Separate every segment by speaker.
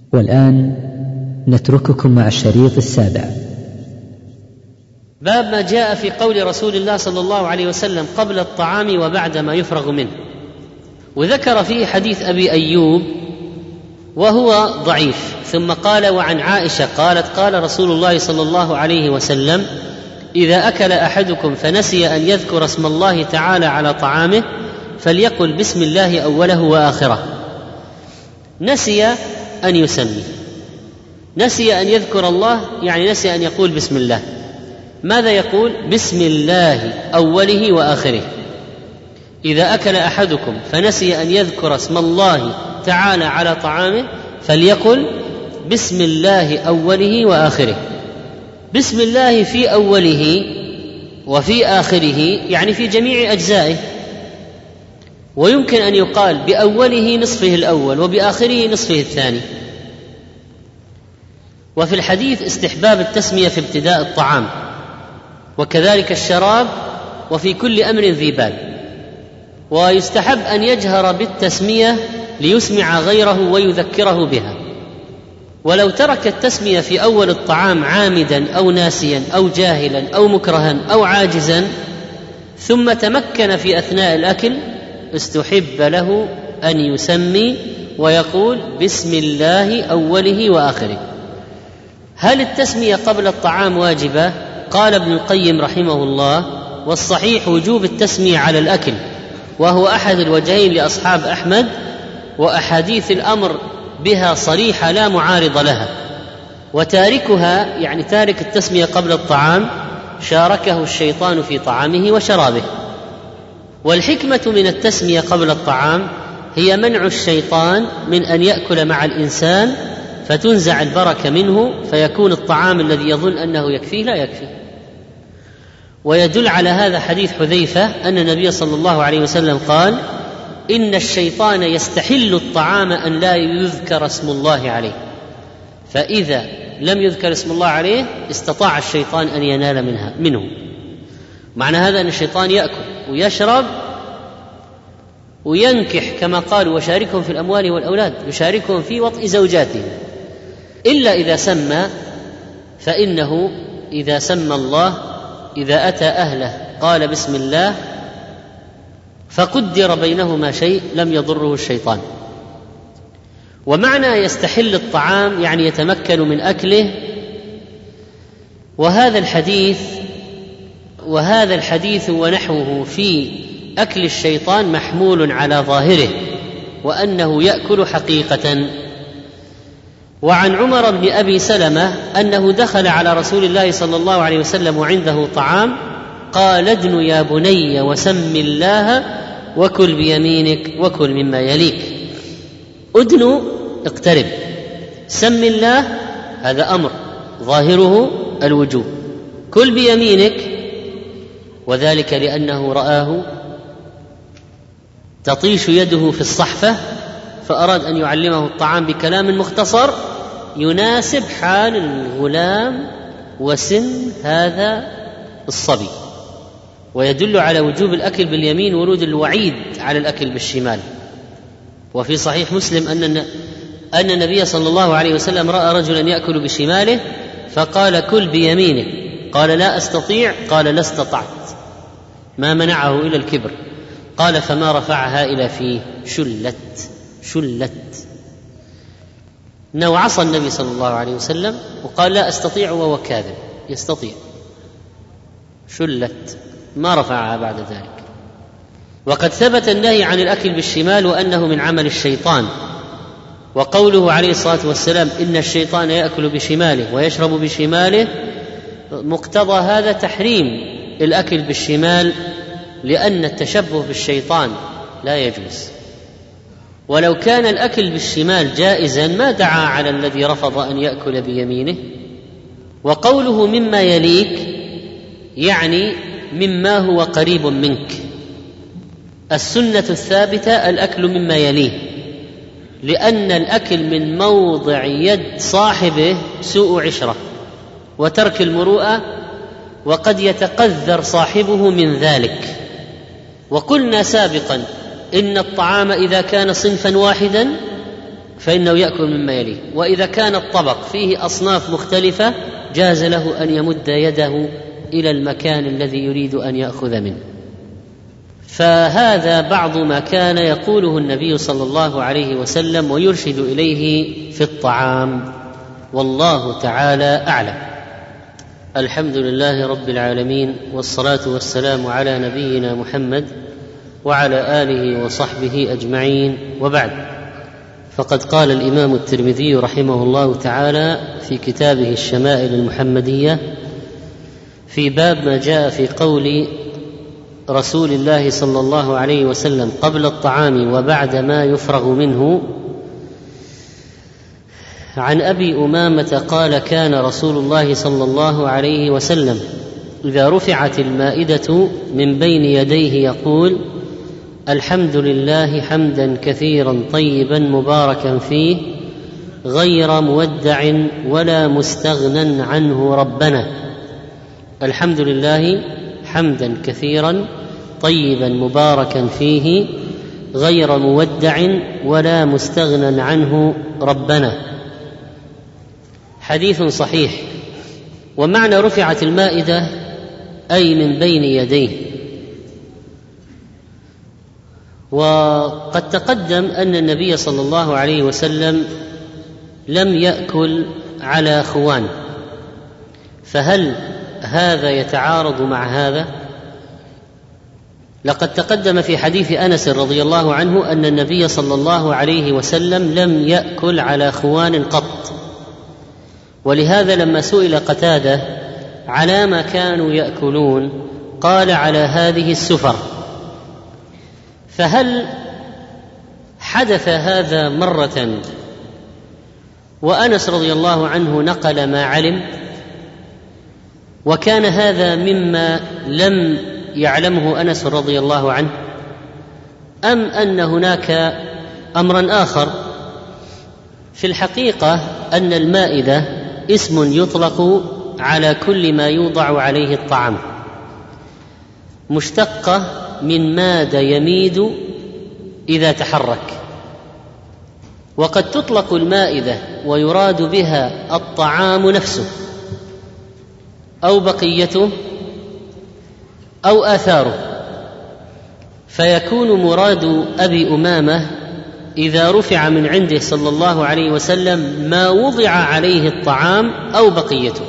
Speaker 1: والآن نترككم مع الشريط السابع.
Speaker 2: باب ما جاء في قول رسول الله صلى الله عليه وسلم قبل الطعام وبعد ما يفرغ منه. وذكر فيه حديث أبي أيوب وهو ضعيف، ثم قال: وعن عائشة قالت: قال رسول الله صلى الله عليه وسلم: إذا أكل أحدكم فنسي أن يذكر اسم الله تعالى على طعامه فليقل بسم الله أوله وآخره. نسي أن يسمي، نسي أن يذكر الله، يعني نسي أن يقول بسم الله. ماذا يقول؟ بسم الله أوله وآخره. إذا أكل أحدكم فنسي أن يذكر اسم الله تعالى على طعامه فليقل بسم الله أوله وآخره. بسم الله في أوله وفي آخره، يعني في جميع أجزائه، ويمكن أن يقال بأوله نصفه الأول وبآخره نصفه الثاني. وفي الحديث استحباب التسمية في ابتداء الطعام، وكذلك الشراب، وفي كل أمر ذي بال. ويستحب أن يجهر بالتسمية ليسمع غيره ويذكره بها. ولو ترك التسمية في أول الطعام عامدا أو ناسيا أو جاهلا أو مكرها أو عاجزا ثم تمكن في أثناء الأكل، استحب له أن يسمي ويقول بسم الله أوله وآخره. هل التسمية قبل الطعام واجبة؟ قال ابن القيم رحمه الله: والصحيح وجوب التسمية على الأكل، وهو أحد الوجهين لأصحاب أحمد، وأحاديث الأمر بها صريحة لا معارض لها. وتاركها، يعني تارك التسمية قبل الطعام، شاركه الشيطان في طعامه وشرابه. والحكمة من التسمية قبل الطعام هي منع الشيطان من أن يأكل مع الإنسان فتنزع البركة منه، فيكون الطعام الذي يظن أنه يكفيه لا يكفيه. ويدل على هذا حديث حذيفة أن النبي صلى الله عليه وسلم قال: إن الشيطان يستحل الطعام أن لا يذكر اسم الله عليه، فإذا لم يذكر اسم الله عليه استطاع الشيطان أن ينال منه. معنى هذا أن الشيطان يأكل ويشرب وينكح، كما قالوا: وشاركهم في الأموال والأولاد، يشاركهم في وطئ زوجاتهم، إلا إذا سمى، فإنه إذا سمى الله، إذا أتى أهله قال بسم الله فقدر بينهما شيء لم يضره الشيطان. ومعنى يستحل الطعام يعني يتمكن من أكله. وهذا الحديث ونحوه في أكل الشيطان محمول على ظاهره، وأنه يأكل حقيقة. وعن عمر بن أبي سلمة أنه دخل على رسول الله صلى الله عليه وسلم وعنده طعام، قال: ادن يا بني وسم الله وكل بيمينك وكل مما يليك. ادن اقترب، سم الله هذا أمر ظاهره الوجوب، كل بيمينك، وذلك لأنه رآه تطيش يده في الصحفة فأراد أن يعلمه الطعام بكلام مختصر يناسب حال الغلام وسن هذا الصبي. ويدل على وجوب الأكل باليمين ورود الوعيد على الأكل بالشمال. وفي صحيح مسلم أن النبي صلى الله عليه وسلم رأى رجلا يأكل بشماله فقال: كل بيمينه، قال: لا أستطيع، قال: لا استطعت، ما منعه إلى الكبر، قال: فما رفعها إلى فيه، شلت. إنه عصى النبي صلى الله عليه وسلم وقال: لا أستطيع، وهو كاذب، يستطيع، شلت، ما رفعها بعد ذلك. وقد ثبت النهي عن الأكل بالشمال وأنه من عمل الشيطان. وقوله عليه الصلاة والسلام: إن الشيطان يأكل بشماله ويشرب بشماله، مقتضى هذا تحريم الأكل بالشمال، لأن التشبه بالشيطان لا يجوز. ولو كان الأكل بالشمال جائزا ما دعا على الذي رفض أن يأكل بيمينه. وقوله مما يليك يعني مما هو قريب منك. السنة الثابتة الأكل مما يليه، لأن الأكل من موضع يد صاحبه سوء عشرة وترك المروءة، وقد يتقذر صاحبه من ذلك. وقلنا سابقا إن الطعام إذا كان صنفا واحدا فإنه يأكل مما يليه. وإذا كان الطبق فيه أصناف مختلفة جاز له أن يمد يده إلى المكان الذي يريد أن يأخذ منه. فهذا بعض ما كان يقوله النبي صلى الله عليه وسلم ويرشد إليه في الطعام، والله تعالى أعلم. الحمد لله رب العالمين، والصلاة والسلام على نبينا محمد وعلى آله وصحبه أجمعين، وبعد. فقد قال الإمام الترمذي رحمه الله تعالى في كتابه الشمائل المحمدية في باب ما جاء في قول رسول الله صلى الله عليه وسلم قبل الطعام وبعد ما يفرغ منه: عن أبي أمامة قال: كان رسول الله صلى الله عليه وسلم إذا رفعت المائدة من بين يديه يقول: الحمد لله حمدا كثيرا طيبا مباركا فيه غير مودع ولا مستغنى عنه ربنا. الحمد لله حمدا كثيرا طيبا مباركا فيه غير مودع ولا مستغنى عنه ربنا. حديث صحيح. ومعنى رفعت المائدة أي من بين يديه. وقد تقدم أن النبي صلى الله عليه وسلم لم يأكل على خوان، فهل هذا يتعارض مع هذا؟ لقد تقدم في حديث أنس رضي الله عنه أن النبي صلى الله عليه وسلم لم يأكل على خوان قط، ولهذا لما سئل قتادة على ما كانوا يأكلون قال: على هذه السفر. فهل حدث هذا مرة وأنس رضي الله عنه نقل ما علم، وكان هذا مما لم يعلمه أنس رضي الله عنه، أم أن هناك أمرا آخر؟ في الحقيقة أن المائدة اسم يطلق على كل ما يوضع عليه الطعام، مشتقة من ماد يميد إذا تحرك. وقد تطلق المائدة ويراد بها الطعام نفسه أو بقيته أو آثاره، فيكون مراد أبي أمامة إذا رفع من عنده صلى الله عليه وسلم ما وضع عليه الطعام أو بقيته.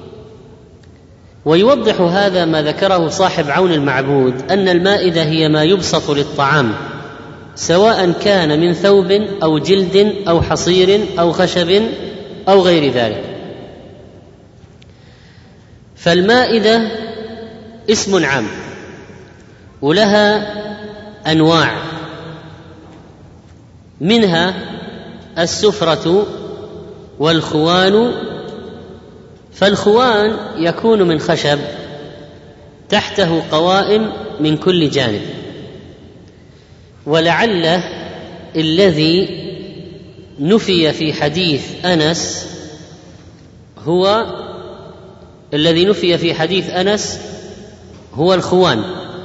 Speaker 2: ويوضح هذا ما ذكره صاحب عون المعبود أن المائدة هي ما يبسط للطعام، سواء كان من ثوب أو جلد أو حصير أو خشب أو غير ذلك. فالمائدة اسم عام ولها أنواع، منها السفرة والخوان. فالخوان يكون من خشب تحته قوائم من كل جانب، ولعل الذي نفي في حديث أنس هو الخوان،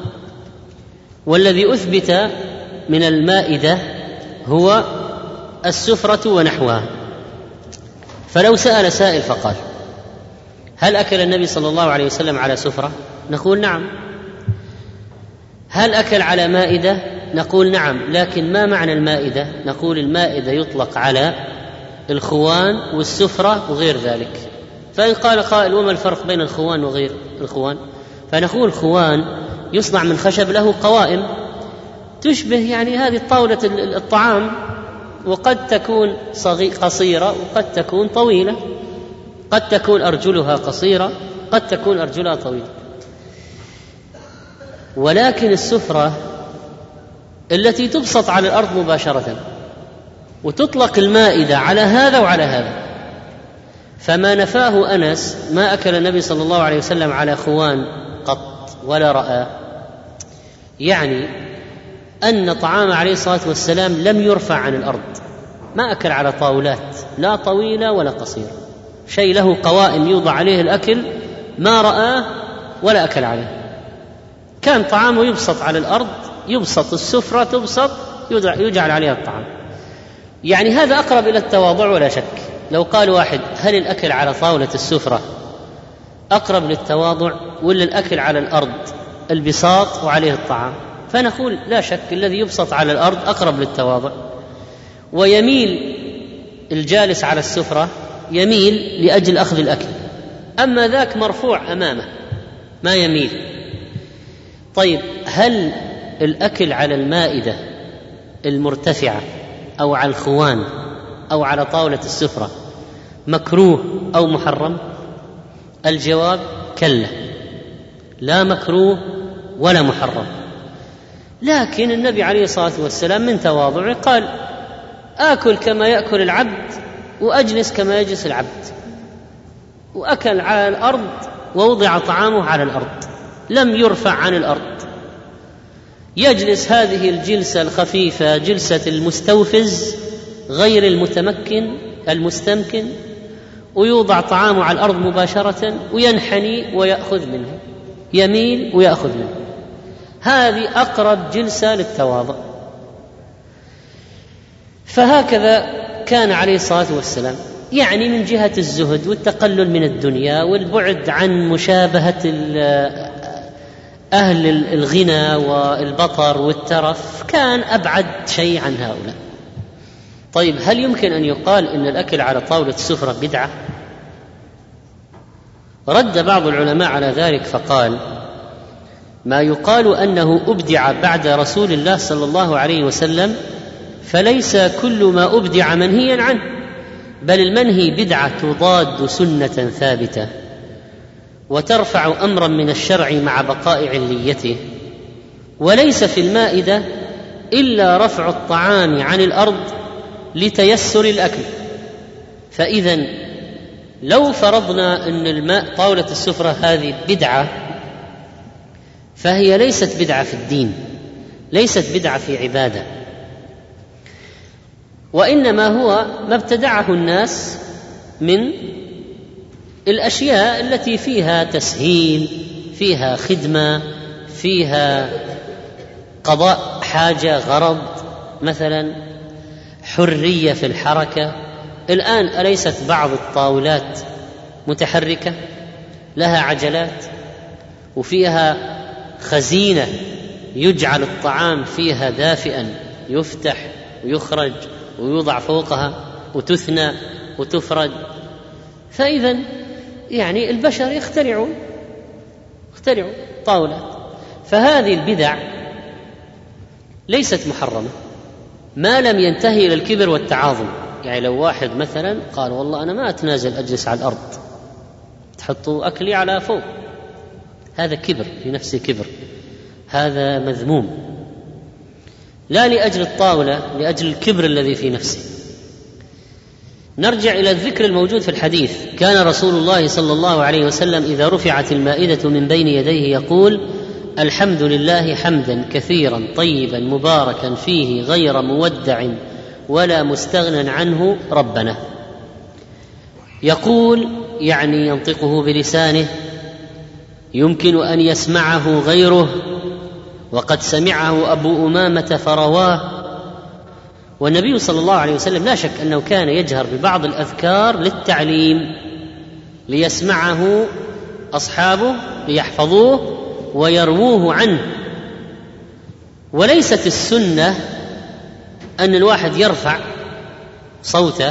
Speaker 2: والذي أثبت من المائدة هو السفرة ونحوها. فلو سأل سائل فقال: هل أكل النبي صلى الله عليه وسلم على سفرة؟ نقول نعم. هل أكل على مائدة؟ نقول نعم. لكن ما معنى المائدة؟ نقول المائدة يطلق على الخوان والسفرة وغير ذلك. فإن قال قائل: وما الفرق بين الخوان وغير الخوان؟ فنقول الخوان يصنع من خشب له قوائم تشبه يعني هذه طاولة الطعام، وقد تكون قصيرة وقد تكون طويلة، قد تكون أرجلها قصيرة قد تكون أرجلها طويلة. ولكن السفرة التي تبسط على الأرض مباشرة، وتطلق المائدة على هذا وعلى هذا. فما نفاه أنس ما أكل النبي صلى الله عليه وسلم على خوان قط ولا رأى، يعني أن طعام عليه الصلاة والسلام لم يرفع عن الأرض، ما أكل على طاولات لا طويلة ولا قصيرة، شيء له قوائم يوضع عليه الأكل ما رآه ولا أكل عليه. كان طعامه يبسط على الأرض، يبسط السفرة تبسط يجعل عليها الطعام. يعني هذا أقرب إلى التواضع ولا شك. لو قال واحد: هل الأكل على طاولة السفرة أقرب للتواضع ولا الأكل على الأرض البساط وعليه الطعام؟ فنقول لا شك الذي يبسط على الأرض أقرب للتواضع، ويميل الجالس على السفرة يميل لأجل أخذ الأكل، أما ذاك مرفوع أمامه ما يميل. طيب، هل الأكل على المائدة المرتفعة أو على الخوان أو على طاولة السفرة مكروه أو محرم؟ الجواب: كلا، لا مكروه ولا محرم. لكن النبي عليه الصلاة والسلام من تواضعه قال: آكل كما يأكل العبد وأجلس كما يجلس العبد، وأكل على الأرض ووضع طعامه على الأرض، لم يرفع عن الأرض، يجلس هذه الجلسة الخفيفة جلسة المستوفز غير المتمكن المستمكن، ويوضع طعامه على الأرض مباشرة وينحني ويأخذ منه، يميل ويأخذ منه. هذه أقرب جلسة للتواضع. فهكذا كان عليه الصلاة والسلام، يعني من جهة الزهد والتقلل من الدنيا والبعد عن مشابهة أهل الغنى والبطر والترف، كان أبعد شيء عن هؤلاء. طيب، هل يمكن أن يقال إن الأكل على طاولة السفرة بدعة؟ رد بعض العلماء على ذلك فقال: ما يقال أنه أبدع بعد رسول الله صلى الله عليه وسلم فليس كل ما أبدع منهيا عنه، بل المنهي بدعة تضاد سنة ثابتة وترفع أمرا من الشرع مع بقاء عليته، وليس في المائدة إلا رفع الطعام عن الأرض لتيسر الأكل. فإذن لو فرضنا أن الماء طاولة السفرة هذه بدعة، فهي ليست بدعة في الدين، ليست بدعة في عبادة، وإنما هو ما ابتدعه الناس من الأشياء التي فيها تسهيل، فيها خدمة، فيها قضاء حاجة، غرض، مثلا حرية في الحركة. الآن أليست بعض الطاولات متحركة لها عجلات وفيها خزينة يجعل الطعام فيها دافئا، يفتح ويخرج ويوضع فوقها وتثنى وتفرد؟ فإذا يعني البشر يخترعون طاولات. فهذه البدع ليست محرمة ما لم ينتهي إلى الكبر والتعاظم. يعني لو واحد مثلا قال: والله أنا ما أتنازل أجلس على الأرض، تحطوا أكلي على فوق، هذا كبر في نفسه، كبر، هذا مذموم، لا لأجل الطاولة، لأجل الكبر الذي في نفسه. نرجع إلى الذكر الموجود في الحديث: كان رسول الله صلى الله عليه وسلم إذا رفعت المائدة من بين يديه يقول: الحمد لله حمدا كثيرا طيبا مباركا فيه غير مودع ولا مستغنى عنه ربنا. يقول يعني ينطقه بلسانه، يمكن أن يسمعه غيره، وقد سمعه أبو أمامة فرواه. والنبي صلى الله عليه وسلم لا شك أنه كان يجهر ببعض الأذكار للتعليم ليسمعه أصحابه ليحفظوه ويرووه عنه. وليست السنة أن الواحد يرفع صوته،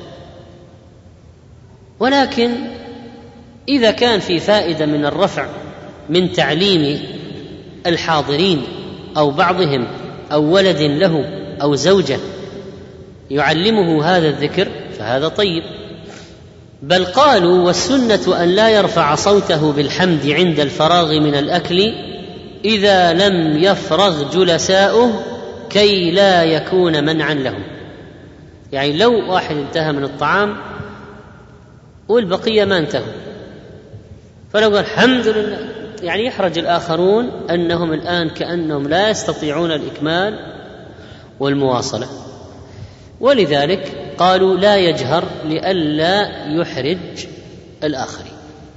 Speaker 2: ولكن إذا كان في فائدة من الرفع من تعليم الحاضرين أو بعضهم أو ولد له أو زوجة يعلمه هذا الذكر فهذا طيب. بل قالوا: والسنة أن لا يرفع صوته بالحمد عند الفراغ من الأكل إذا لم يفرغ جلساؤه كي لا يكون منعا لهم. يعني لو واحد انتهى من الطعام والبقية ما انتهوا، فلو قال الحمد لله، يعني يحرج الآخرون أنهم الآن كأنهم لا يستطيعون الإكمال والمواصلة، ولذلك قالوا لا يجهر لئلا يحرج الآخرين.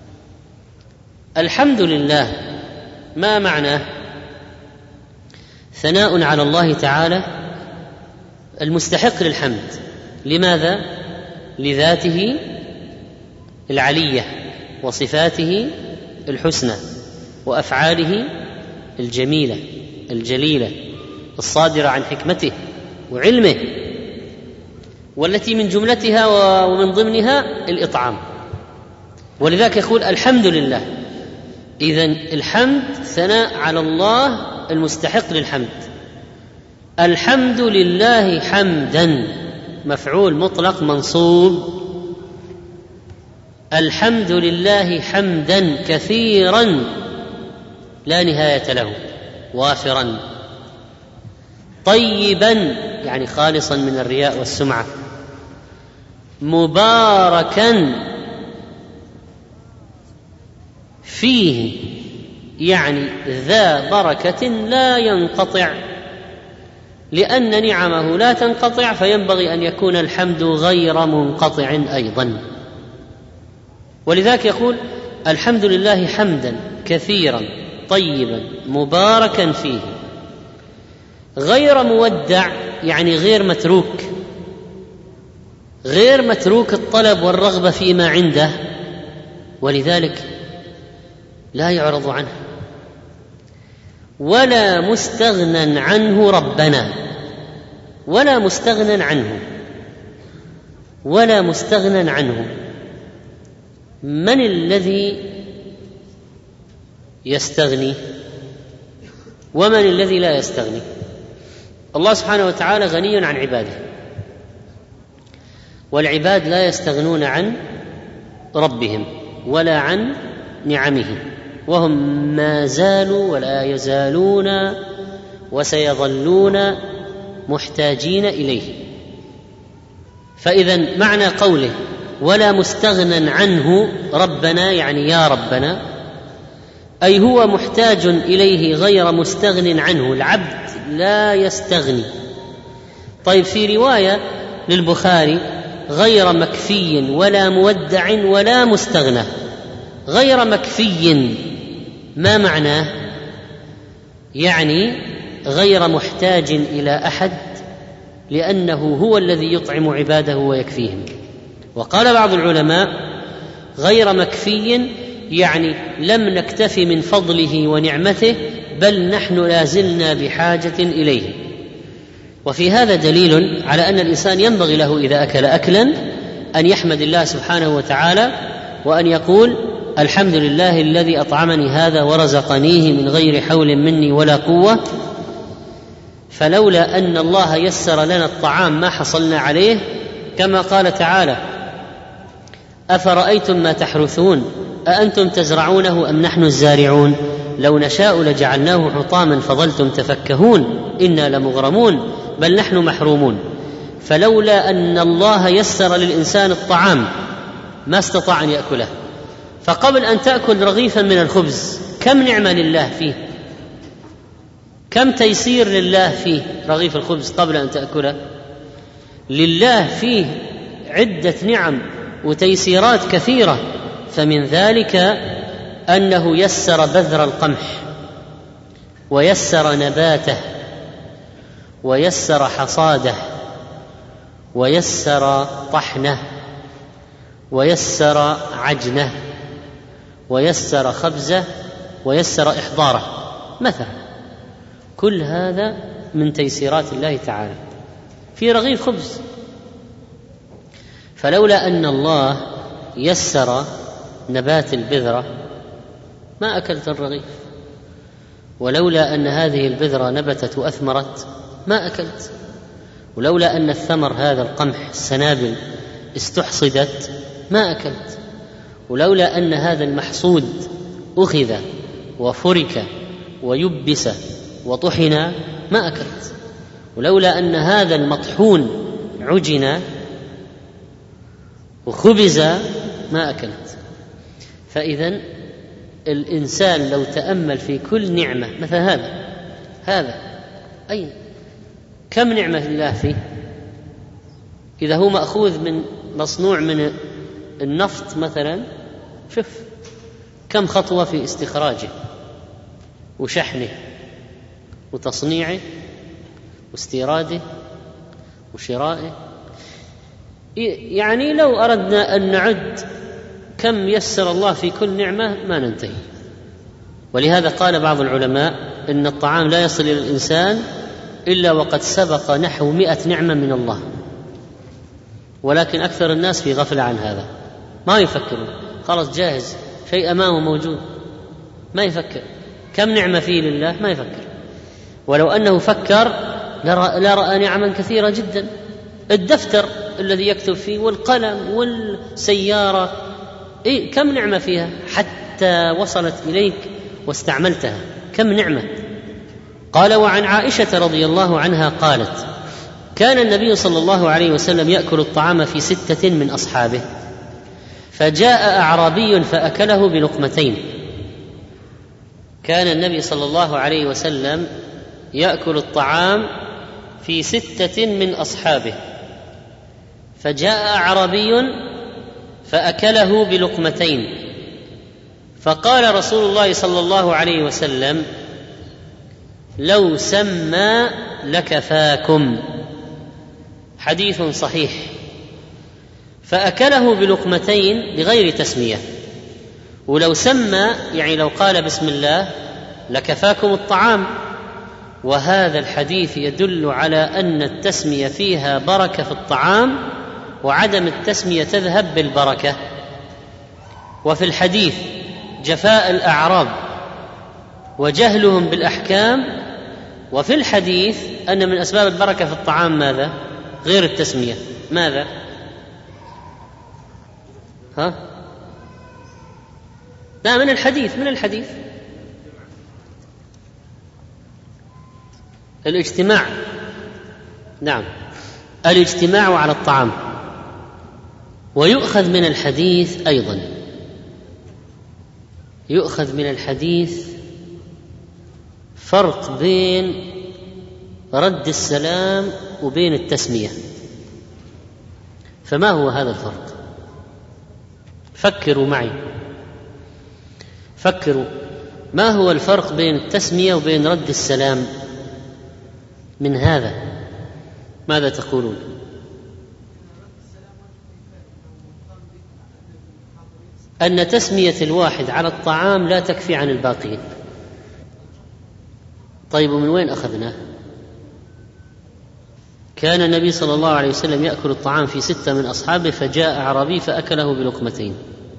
Speaker 2: الحمد لله ما معناه؟ ثناء على الله تعالى المستحق للحمد. لماذا؟ لذاته العلية وصفاته الحسنى وأفعاله الجميلة الجليلة الصادرة عن حكمته وعلمه، والتي من جملتها ومن ضمنها الإطعام. ولذلك يقول الحمد لله. إذن الحمد ثناء على الله المستحق للحمد. الحمد لله حمدا، مفعول مطلق منصوب. الحمد لله حمدا كثيرا لا نهاية له وافرا، طيبا يعني خالصا من الرياء والسمعة، مباركا فيه يعني ذا بركة لا ينقطع، لأن نعمه لا تنقطع، فينبغي أن يكون الحمد غير منقطع أيضا. ولذلك يقول الحمد لله حمدا كثيرا طيبا مباركا فيه، غير مودع يعني غير متروك، غير متروك الطلب والرغبة فيما عنده، ولذلك لا يعرض عنه، ولا مستغنى عنه ربنا، ولا مستغنى عنه، ولا مستغنى عنه. من الذي يستغني ومن الذي لا يستغني؟ الله سبحانه وتعالى غني عن عباده، والعباد لا يستغنون عن ربهم ولا عن نعمه، وهم ما زالوا ولا يزالون وسيظلون محتاجين إليه. فإذا معنى قوله ولا مستغنى عنه ربنا يعني يا ربنا، أي هو محتاج إليه غير مستغن عنه، العبد لا يستغني. طيب في رواية للبخاري غير مكفي ولا مودع ولا مستغنى. غير مكفي ما معناه؟ يعني غير محتاج إلى أحد، لأنه هو الذي يطعم عباده ويكفيهم. وقال بعض العلماء غير مكفي يعني لم نكتفي من فضله ونعمته، بل نحن لازلنا بحاجة إليه. وفي هذا دليل على أن الإنسان ينبغي له إذا أكل أكلا أن يحمد الله سبحانه وتعالى، وأن يقول الحمد لله الذي أطعمني هذا ورزقنيه من غير حول مني ولا قوة. فلولا أن الله يسر لنا الطعام ما حصلنا عليه، كما قال تعالى أفرأيتم ما تحرثون أأنتم تزرعونه أم نحن الزارعون لو نشاء لجعلناه حطاما فظلتم تفكهون إنا لمغرمون بل نحن محرومون. فلولا أن الله يسر للإنسان الطعام ما استطاع أن يأكله. فقبل أن تأكل رغيفا من الخبز كم نعمة لله فيه، كم تيسير لله فيه رغيف الخبز قبل أن تأكله. لله فيه عدة نعم وتيسيرات كثيرة، فمن ذلك أنه يسر بذر القمح ويسر نباته ويسر حصاده ويسر طحنه ويسر عجنه ويسر خبزه ويسر إحضاره مثلا. كل هذا من تيسيرات الله تعالى في رغيف خبز. فلولا أن الله يسر نبات البذرة ما أكلت الرغيف، ولولا أن هذه البذرة نبتت وأثمرت ما أكلت، ولولا أن الثمر هذا القمح السنابل استحصدت ما أكلت، ولولا أن هذا المحصود أخذ وفرك ويبس وطحن ما أكلت، ولولا أن هذا المطحون عجن وخبز ما أكلت. فإذن الإنسان لو تأمل في كل نعمة مثل هذا أي كم نعمة الله فيه، إذا هو مأخوذ من مصنوع من النفط مثلا، شوف كم خطوة في استخراجه وشحنه وتصنيعه واستيراده وشرائه. يعني لو أردنا أن نعد كم يسر الله في كل نعمة ما ننتهي. ولهذا قال بعض العلماء إن الطعام لا يصل إلى الإنسان إلا وقد سبق نحو 100 نعمة من الله، ولكن أكثر الناس في غفلة عن هذا، ما يفكرون، خلاص جاهز، شيء أمامه موجود، ما يفكر كم نعمة فيه لله، ما يفكر. ولو أنه فكر لرأى نعما كثيرة جدا. الدفتر الذي يكتب فيه والقلم والسيارة، كم نعمة فيها حتى وصلت إليك واستعملتها، كم نعمة. قال: وعن عائشة رضي الله عنها قالت: كان النبي صلى الله عليه وسلم يأكل الطعام في 6 من أصحابه، فجاء أعرابي فأكله بلقمتين. كان النبي صلى الله عليه وسلم يأكل الطعام في 6 من أصحابه، فجاء أعرابي فأكله بلقمتين، فقال رسول الله صلى الله عليه وسلم: لو سمى لكفاكم. حديث صحيح. فأكله بلقمتين بغير تسمية، ولو سمى يعني لو قال بسم الله لكفاكم الطعام. وهذا الحديث يدل على أن التسمية فيها بركة في الطعام، وعدم التسمية تذهب بالبركة. وفي الحديث جفاء الأعراب وجهلهم بالأحكام، وفي الحديث أن من أسباب البركة في الطعام ماذا؟ غير التسمية، ماذا؟ لا، من الحديث الاجتماع. نعم، الاجتماع على الطعام. ويؤخذ من الحديث أيضا، يؤخذ من الحديث فرق بين رد السلام وبين التسمية. فما هو هذا الفرق؟ فكروا معي، فكروا، ما هو الفرق بين التسمية وبين رد السلام؟ من هذا ماذا تقولون؟ أن تسمية الواحد على الطعام لا تكفي عن الباقين. طيب، ومن وين أخذناه؟ كان النبي صلى الله عليه وسلم يأكل الطعام في 6 من أصحابه، فجاء أعرابي فأكله بلقمتين.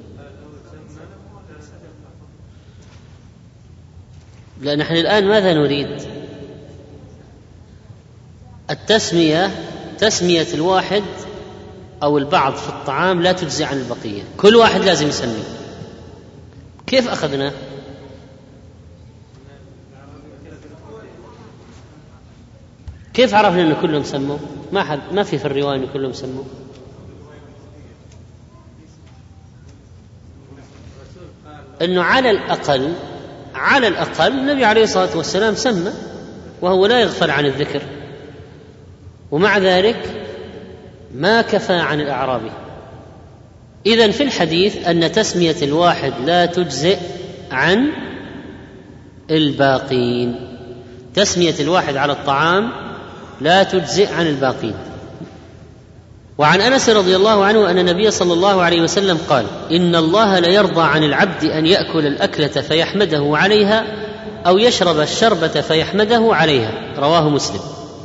Speaker 2: لا، نحن الآن ماذا نريد؟ التسمية، تسمية الواحد أو البعض في الطعام لا تجزي عن البقية، كل واحد لازم يسمي. كيف أخذنا؟ كيف عرفنا أن كلهم سموا؟ ما في الرواية أن كلهم سموا. أنه على الأقل النبي عليه الصلاة والسلام سمى، وهو لا يغفل عن الذكر، ومع ذلك ما كفى عن الأعرابي. إذن في الحديث أن تسمية الواحد لا تجزئ عن الباقين، تسمية الواحد على الطعام لا تجزئ عن الباقين. وعن أنس رضي الله عنه أن النبي صلى الله عليه وسلم قال: إن الله ليرضى عن العبد أن يأكل الأكلة فيحمده عليها، أو يشرب الشربة فيحمده عليها. رواه مسلم.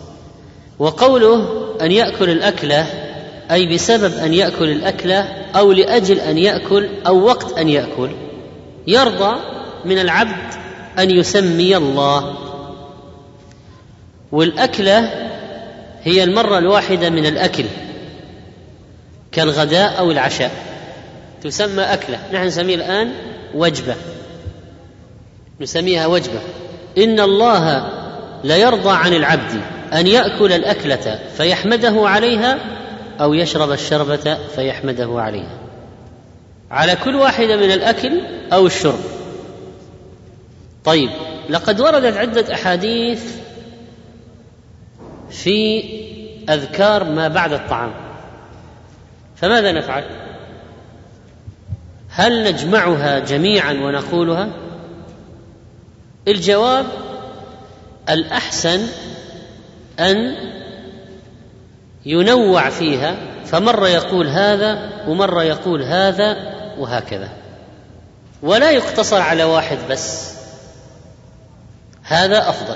Speaker 2: وقوله أن يأكل الأكلة أي بسبب أن يأكل الأكلة، أو لأجل أن يأكل، أو وقت أن يأكل. يرضى من العبد أن يسمي الله. والأكلة هي المرة الواحدة من الأكل، كالغداء أو العشاء تسمى أكلة. نحن نسميها الآن وجبة، نسميها وجبة. إن الله لا يرضى عن العبد أن يأكل الأكلة فيحمده عليها، أو يشرب الشربة فيحمده عليها، على كل واحدة من الأكل أو الشرب. طيب، لقد وردت عدة أحاديث في أذكار ما بعد الطعام، فماذا نفعل؟ هل نجمعها جميعا ونقولها؟ الجواب: الأحسن أن ينوع فيها، فمرة يقول هذا ومرة يقول هذا وهكذا، ولا يقتصر على واحد بس. هذا أفضل،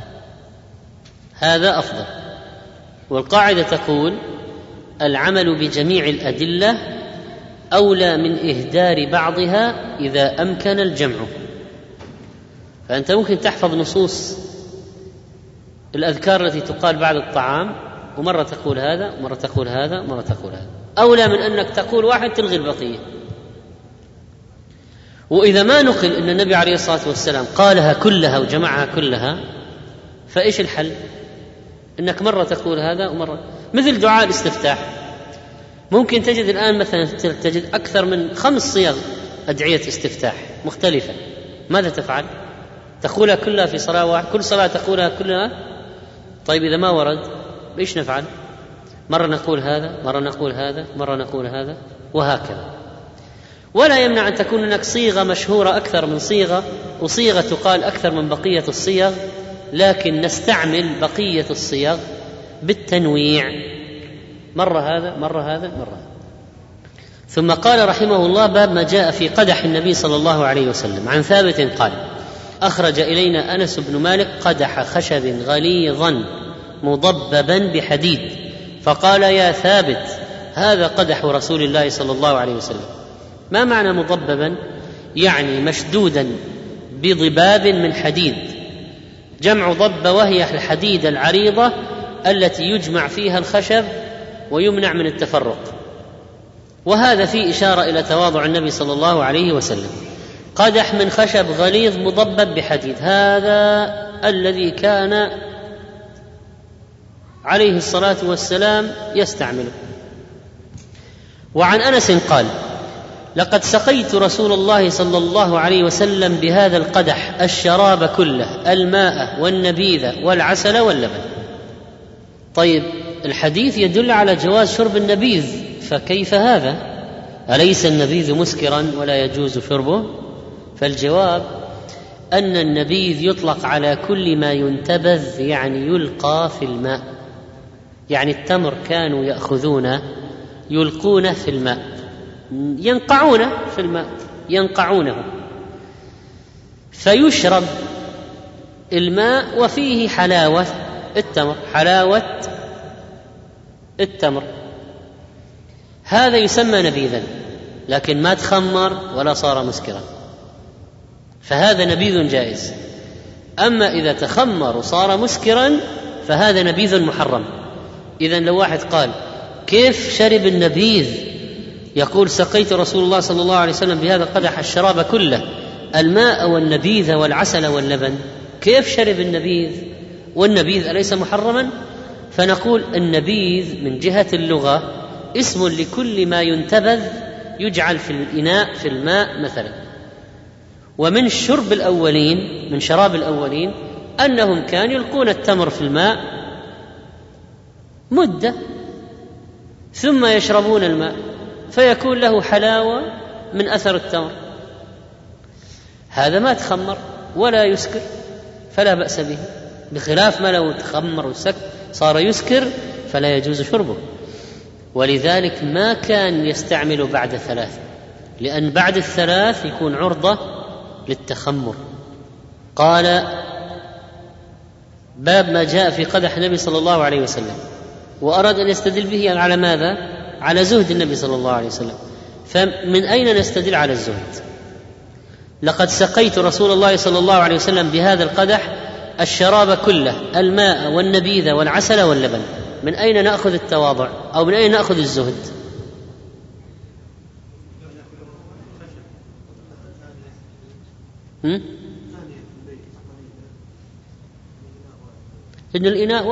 Speaker 2: هذا أفضل. والقاعدة تقول: العمل بجميع الأدلة أولى من إهدار بعضها إذا أمكن الجمع. فأنت ممكن تحفظ نصوص الأذكار التي تقال بعد الطعام، ومرة تقول هذا ومرة تقول هذا ومرة تقول هذا، أولى من أنك تقول واحد تلغي البقية. وإذا ما نقل أن النبي عليه الصلاة والسلام قالها كلها وجمعها كلها، فإيش الحل؟ أنك مرة تقول هذا ومرة، مثل دعاء الاستفتاح. ممكن تجد الآن مثلا تجد أكثر من 5 صيغ أدعية استفتاح مختلفة. ماذا تفعل؟ تقولها كلها في صلاة واحدة، كل صلاة تقولها كلها؟ طيب إذا ما ورد إيش نفعل؟ مرة نقول هذا، مرة نقول هذا، مرة نقول هذا، وهكذا. ولا يمنع أن تكون هناك صيغة مشهورة أكثر من صيغة، وصيغة تقال أكثر من بقية الصيغ، لكن نستعمل بقية الصيغ بالتنويع، مرة هذا مرة هذا مرة هذا. ثم قال رحمه الله: باب ما جاء في قدح النبي صلى الله عليه وسلم. عن ثابت قال: أخرج إلينا أنس بن مالك قدح خشب غليظا مضببا بحديد، فقال: يا ثابت، هذا قدح رسول الله صلى الله عليه وسلم. ما معنى مضببا؟ يعني مشدودا بضباب من حديد، جمع ضب، وهي الحديد العريضة التي يجمع فيها الخشب ويمنع من التفرق. وهذا فيه إشارة إلى تواضع النبي صلى الله عليه وسلم. قدح من خشب غليظ مضبب بحديد، هذا الذي كان عليه الصلاة والسلام يستعمله. وعن أنس قال: لقد سقيت رسول الله صلى الله عليه وسلم بهذا القدح الشراب كله، الماء والنبيذ والعسل واللبن. طيب، الحديث يدل على جواز شرب النبيذ، فكيف هذا؟ أليس النبيذ مسكرا ولا يجوز شربه؟ فالجواب أن النبيذ يطلق على كل ما ينتبذ، يعني يلقى في الماء. يعني التمر كانوا يأخذونه يلقونه في الماء، ينقعونه في الماء، ينقعونه، فيشرب الماء وفيه حلاوة التمر، حلاوة التمر، هذا يسمى نبيذا، لكن ما تخمر ولا صار مسكرا، فهذا نبيذ جائز. أما إذا تخمر وصار مسكرا فهذا نبيذ محرم. إذن لو واحد قال: كيف شرب النبيذ؟ يقول: سقيت رسول الله صلى الله عليه وسلم بهذا القدح الشراب كله، الماء والنبيذ والعسل واللبن، كيف شرب النبيذ؟ والنبيذ أليس محرما؟ فنقول: النبيذ من جهة اللغة اسم لكل ما ينتبذ يجعل في الإناء في الماء مثلا. ومن شرب الأولين، من شراب الأولين، أنهم كانوا يلقون التمر في الماء مدة ثم يشربون الماء فيكون له حلاوة من أثر التمر، هذا ما تخمر ولا يسكر فلا بأس به، بخلاف ما لو تخمر وسكر صار يسكر فلا يجوز شربه. ولذلك ما كان يستعمل بعد 3، لأن بعد 3 يكون عرضة للتخمر. قال: باب ما جاء في قدح النبي صلى الله عليه وسلم، وأراد أن يستدل به على ماذا؟ على زهد النبي صلى الله عليه وسلم. فمن أين نستدل على الزهد؟ لقد سقيت رسول الله صلى الله عليه وسلم بهذا القدح الشراب كله، الماء والنبيذ والعسل واللبن. من أين نأخذ التواضع أو من أين نأخذ الزهد؟ إن الإناء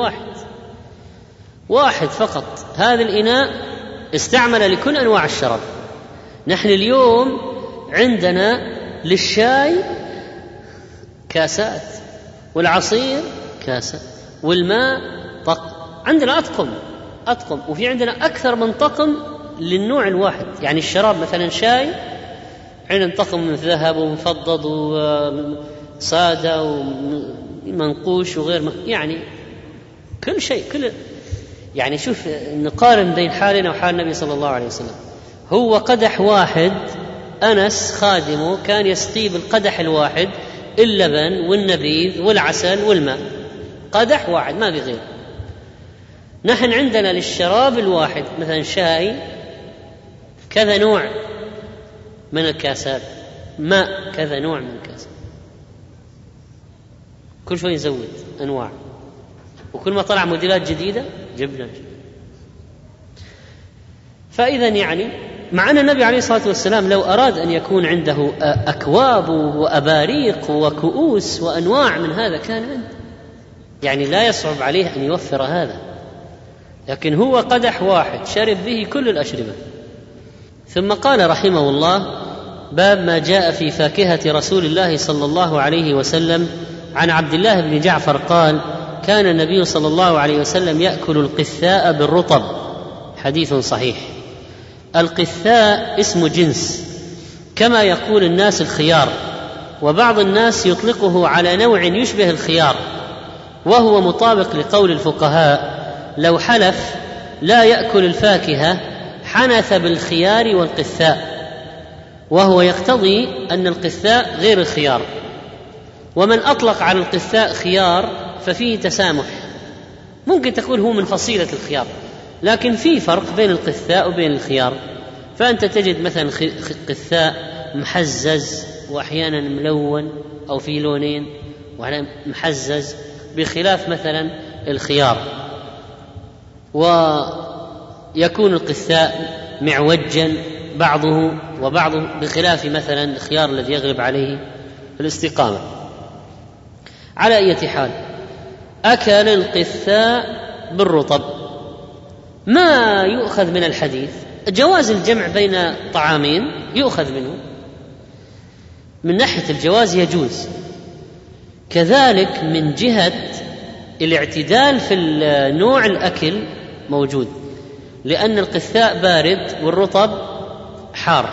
Speaker 2: واحد فقط، هذا الإناء استعمل لكل أنواع الشراب. نحن اليوم عندنا للشاي كاسات، والعصير كاسة، والماء عندنا أطقم، وفي عندنا أكثر من طقم للنوع الواحد. يعني الشراب مثلا شاي عندنا طقم من ذهب ومفضض وسادة ومنقوش وغير يعني كل شيء، يعني شوف نقارن بين حالنا وحال النبي صلى الله عليه وسلم. هو قدح واحد، أنس خادمه كان يسقي بالقدح الواحد اللبن والنبيذ والعسل والماء، قدح واحد ما بغير. نحن عندنا للشراب الواحد مثلا شاي كذا نوع من الكاسات، ماء كذا نوع من الكاسات، كل شوي نزود أنواع، وكل ما طلع موديلات جديدة جبنا. فإذا يعني مع أن النبي عليه الصلاة والسلام لو أراد أن يكون عنده أكواب وأباريق وكؤوس وأنواع من هذا كان عنده، يعني لا يصعب عليه أن يوفر هذا، لكن هو قدح واحد شرب به كل الأشربة. ثم قال رحمه الله: باب ما جاء في فاكهة رسول الله صلى الله عليه وسلم. عن عبد الله بن جعفر قال: كان النبي صلى الله عليه وسلم يأكل القثاء بالرطب. حديث صحيح. القثاء اسم جنس، كما يقول الناس الخيار، وبعض الناس يطلقه على نوع يشبه الخيار، وهو مطابق لقول الفقهاء: لو حلف لا يأكل الفاكهة حنث بالخيار والقثاء، وهو يقتضي أن القثاء غير الخيار. ومن أطلق على القثاء خيار ففيه تسامح، ممكن تقول هو من فصيلة الخيار، لكن في فرق بين القثاء وبين الخيار. فأنت تجد مثلا قثاء محزز وأحيانا ملون أو في لونين محزز، بخلاف مثلا الخيار. ويكون القثاء معوجا بعضه وبعضه، بخلاف مثلا الخيار الذي يغلب عليه الاستقامة. على أي حال، أكل القثاء بالرطب. ما يؤخذ من الحديث جواز الجمع بين طعامين، يؤخذ منه من ناحية الجواز يجوز، كذلك من جهة الاعتدال في نوع الأكل موجود، لأن القثاء بارد والرطب حار،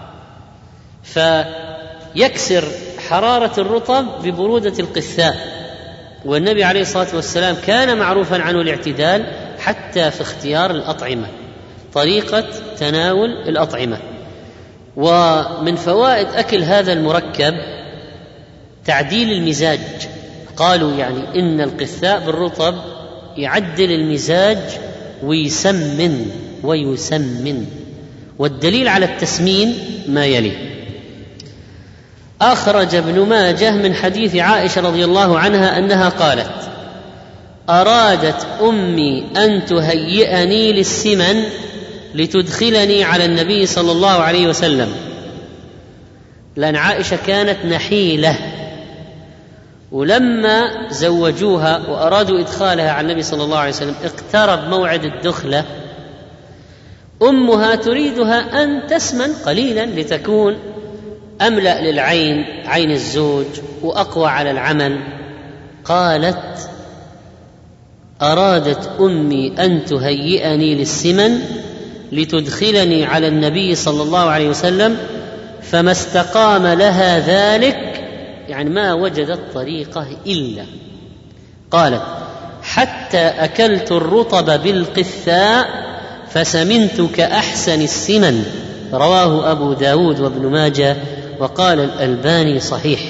Speaker 2: فيكسر حرارة الرطب ببرودة القثاء. والنبي عليه الصلاة والسلام كان معروفا عنه الاعتدال حتى في اختيار الأطعمة، طريقة تناول الأطعمة. ومن فوائد أكل هذا المركب تعديل المزاج. قالوا يعني إن القثاء بالرطب يعدل المزاج ويسمن. والدليل على التسمين ما يلي: أخرج ابن ماجه من حديث عائشة رضي الله عنها أنها قالت: أرادت أمي أن تهيئني للسمن لتدخلني على النبي صلى الله عليه وسلم، لأن عائشة كانت نحيلة، ولما زوجوها وأرادوا إدخالها على النبي صلى الله عليه وسلم اقترب موعد الدخلة، أمها تريدها أن تسمن قليلا لتكون أملأ للعين، عين الزوج، وأقوى على العمل. قالت: أرادت أمي أن تهيئني للسمن لتدخلني على النبي صلى الله عليه وسلم، فما استقام لها ذلك، يعني ما وجدت طريقة إلا. قالت: حتى أكلت الرطب بالقثاء فسمنت كأحسن السمن. رواه أبو داود وابن ماجه، وقال الألباني صحيح.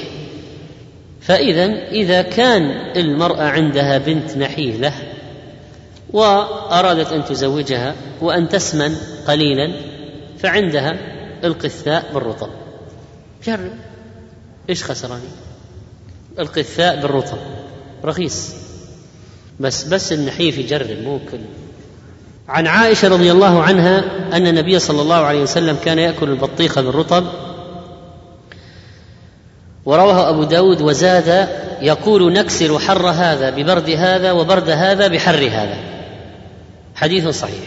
Speaker 2: إذا كان المرأة عندها بنت نحيلة وأرادت أن تزوجها وأن تسمن قليلا، فعندها القثاء بالرطب. جرب، إيش خسراني؟ القثاء بالرطب رخيص، بس النحيف يجرب، مو كل. عن عائشة رضي الله عنها أن النبي صلى الله عليه وسلم كان يأكل البطيخ بالرطب، ورواه أبو داود وزاد: يقول: نكسر حر هذا ببرد هذا وبرد هذا بحر هذا. حديث صحيح.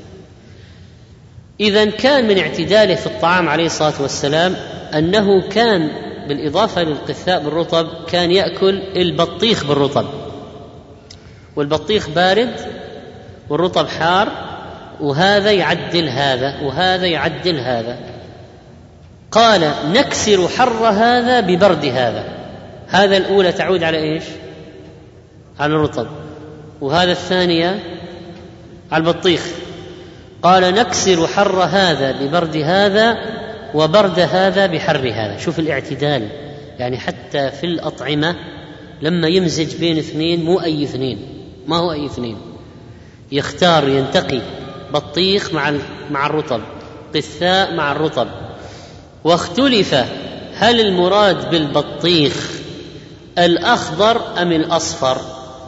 Speaker 2: إذن كان من اعتداله في الطعام عليه الصلاة والسلام أنه كان بالإضافة للقثاء بالرطب كان يأكل البطيخ بالرطب، والبطيخ بارد والرطب حار، وهذا يعدل هذا وهذا يعدل هذا. قال: نكسر حر هذا ببرد هذا. هذا الأولى تعود على إيش؟ على الرطب، وهذا الثانية على البطيخ. قال نكسر حر هذا ببرد هذا وبرد هذا بحر هذا. شوف الاعتدال، يعني حتى في الأطعمة لما يمزج بين اثنين، مو أي اثنين، ما هو أي اثنين، يختار ينتقي بطيخ مع الرطب، قثاء مع الرطب. واختلف هل المراد بالبطيخ الأخضر أم الأصفر؟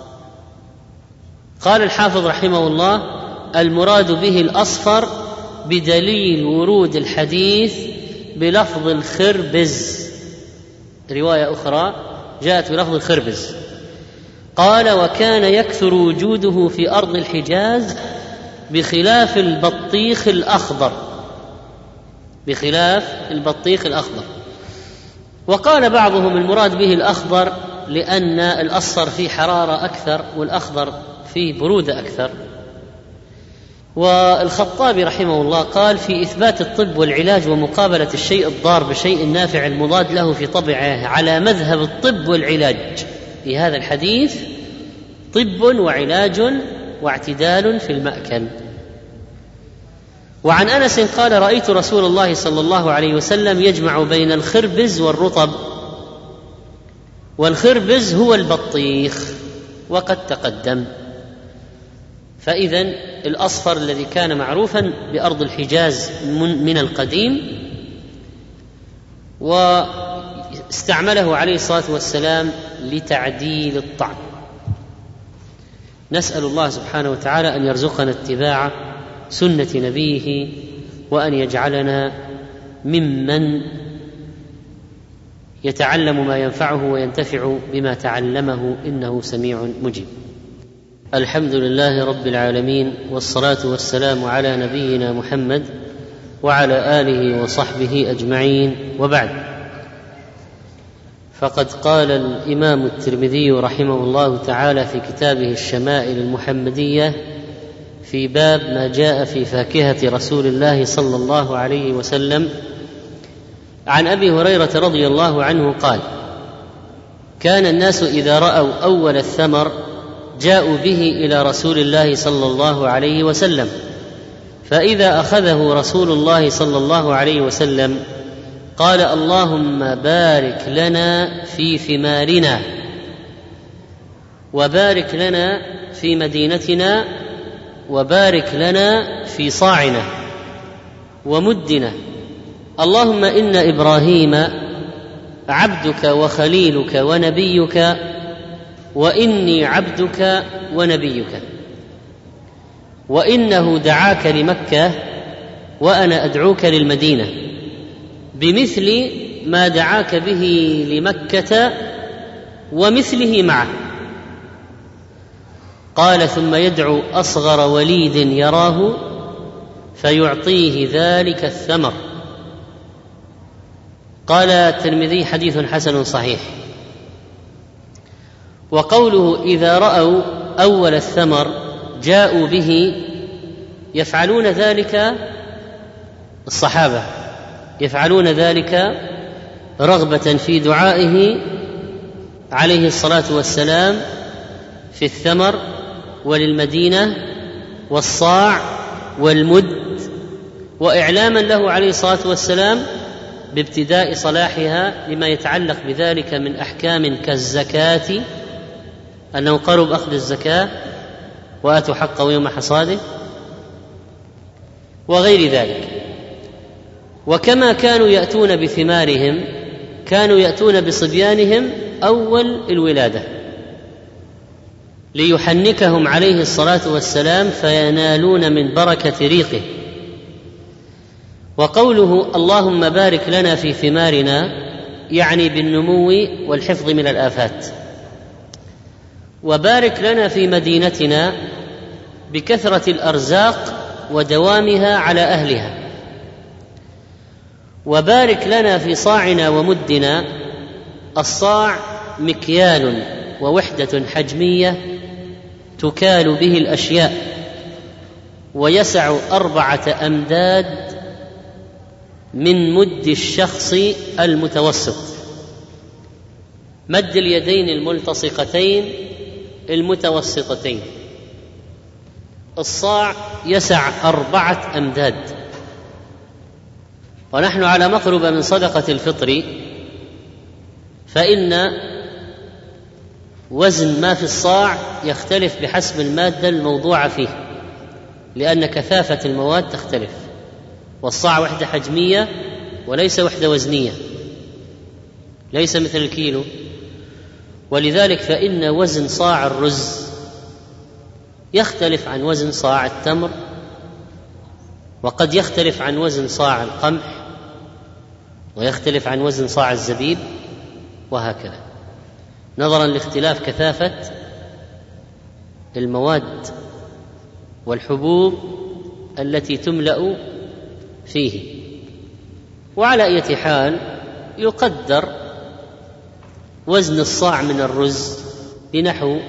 Speaker 2: قال الحافظ رحمه الله المراد به الأصفر بدليل ورود الحديث بلفظ الخربز، رواية أخرى جاءت بلفظ الخربز. قال وكان يكثر وجوده في أرض الحجاز بخلاف البطيخ الأخضر، بخلاف البطيخ الأخضر. وقال بعضهم المراد به الأخضر لأن الأصفر فيه حرارة أكثر والأخضر فيه برودة أكثر. والخطابي رحمه الله قال في إثبات الطب والعلاج ومقابلة الشيء الضار بالشيء النافع المضاد له في طبعه على مذهب الطب والعلاج. في هذا الحديث طب وعلاج واعتدال في المأكل. وعن أنس قال رأيت رسول الله صلى الله عليه وسلم يجمع بين الخربز والرطب، والخربز هو البطيخ وقد تقدم. فإذن الأصفر الذي كان معروفا بأرض الحجاز من القديم، واستعمله عليه الصلاة والسلام لتعديل الطعم. نسأل الله سبحانه وتعالى أن يرزقنا اتباع سنة نبيه، وأن يجعلنا ممن يتعلم ما ينفعه وينتفع بما تعلمه، إنه سميع مجيب. الحمد لله رب العالمين، والصلاة والسلام على نبينا محمد وعلى آله وصحبه أجمعين، وبعد. فقد قال الإمام الترمذي رحمه الله تعالى في كتابه الشمائل المحمدية في باب ما جاء في فاكهة رسول الله صلى الله عليه وسلم عن أبي هريرة رضي الله عنه قال كان الناس إذا رأوا أول الثمر جاءوا به إلى رسول الله صلى الله عليه وسلم، فإذا أخذه رسول الله صلى الله عليه وسلم قال اللهم بارك لنا في ثمارنا، وبارك لنا في مدينتنا، وبارك لنا في صاعنا ومدنا. اللهم إن إبراهيم عبدك وخليلك ونبيك، وإني عبدك ونبيك، وإنه دعاك لمكة وأنا أدعوك للمدينة بمثل ما دعاك به لمكة ومثله معه. قال ثم يدعو أصغر وليد يراه فيعطيه ذلك الثمر. قال الترمذي حديث حسن صحيح. وقوله إذا رأوا أول الثمر جاءوا به، يفعلون ذلك الصحابة، يفعلون ذلك رغبة في دعائه عليه الصلاة والسلام في الثمر وللمدينة والصاع والمد، وإعلاما له عليه الصلاة والسلام بابتداء صلاحها لما يتعلق بذلك من أحكام كالزكاة، أنه قرب أخذ الزكاة وآتوا حقه يوم حصاده وغير ذلك. وكما كانوا يأتون بثمارهم كانوا يأتون بصبيانهم أول الولادة ليحنكهم عليه الصلاة والسلام فينالون من بركة ريقه. وقوله اللهم بارك لنا في ثمارنا يعني بالنمو والحفظ من الآفات، وبارك لنا في مدينتنا بكثرة الأرزاق ودوامها على أهلها، وبارك لنا في صاعنا ومدنا. الصاع مكيال ووحدة حجمية تكال به الأشياء، ويسع 4 أمداد من مد الشخص المتوسط، مد اليدين الملتصقتين المتوسطتين. الصاع يسع 4 أمداد، ونحن على مقربة من صدقة الفطر، فإن وزن ما في الصاع يختلف بحسب المادة الموضوعة فيه، لأن كثافة المواد تختلف، والصاع وحدة حجمية وليس وحدة وزنية، ليس مثل الكيلو. ولذلك فإن وزن صاع الرز يختلف عن وزن صاع التمر، وقد يختلف عن وزن صاع القمح، ويختلف عن وزن صاع الزبيب، وهكذا، نظرا لاختلاف كثافة المواد والحبوب التي تملأ فيه. وعلى أي حال يقدر وزن الصاع من الرز بنحو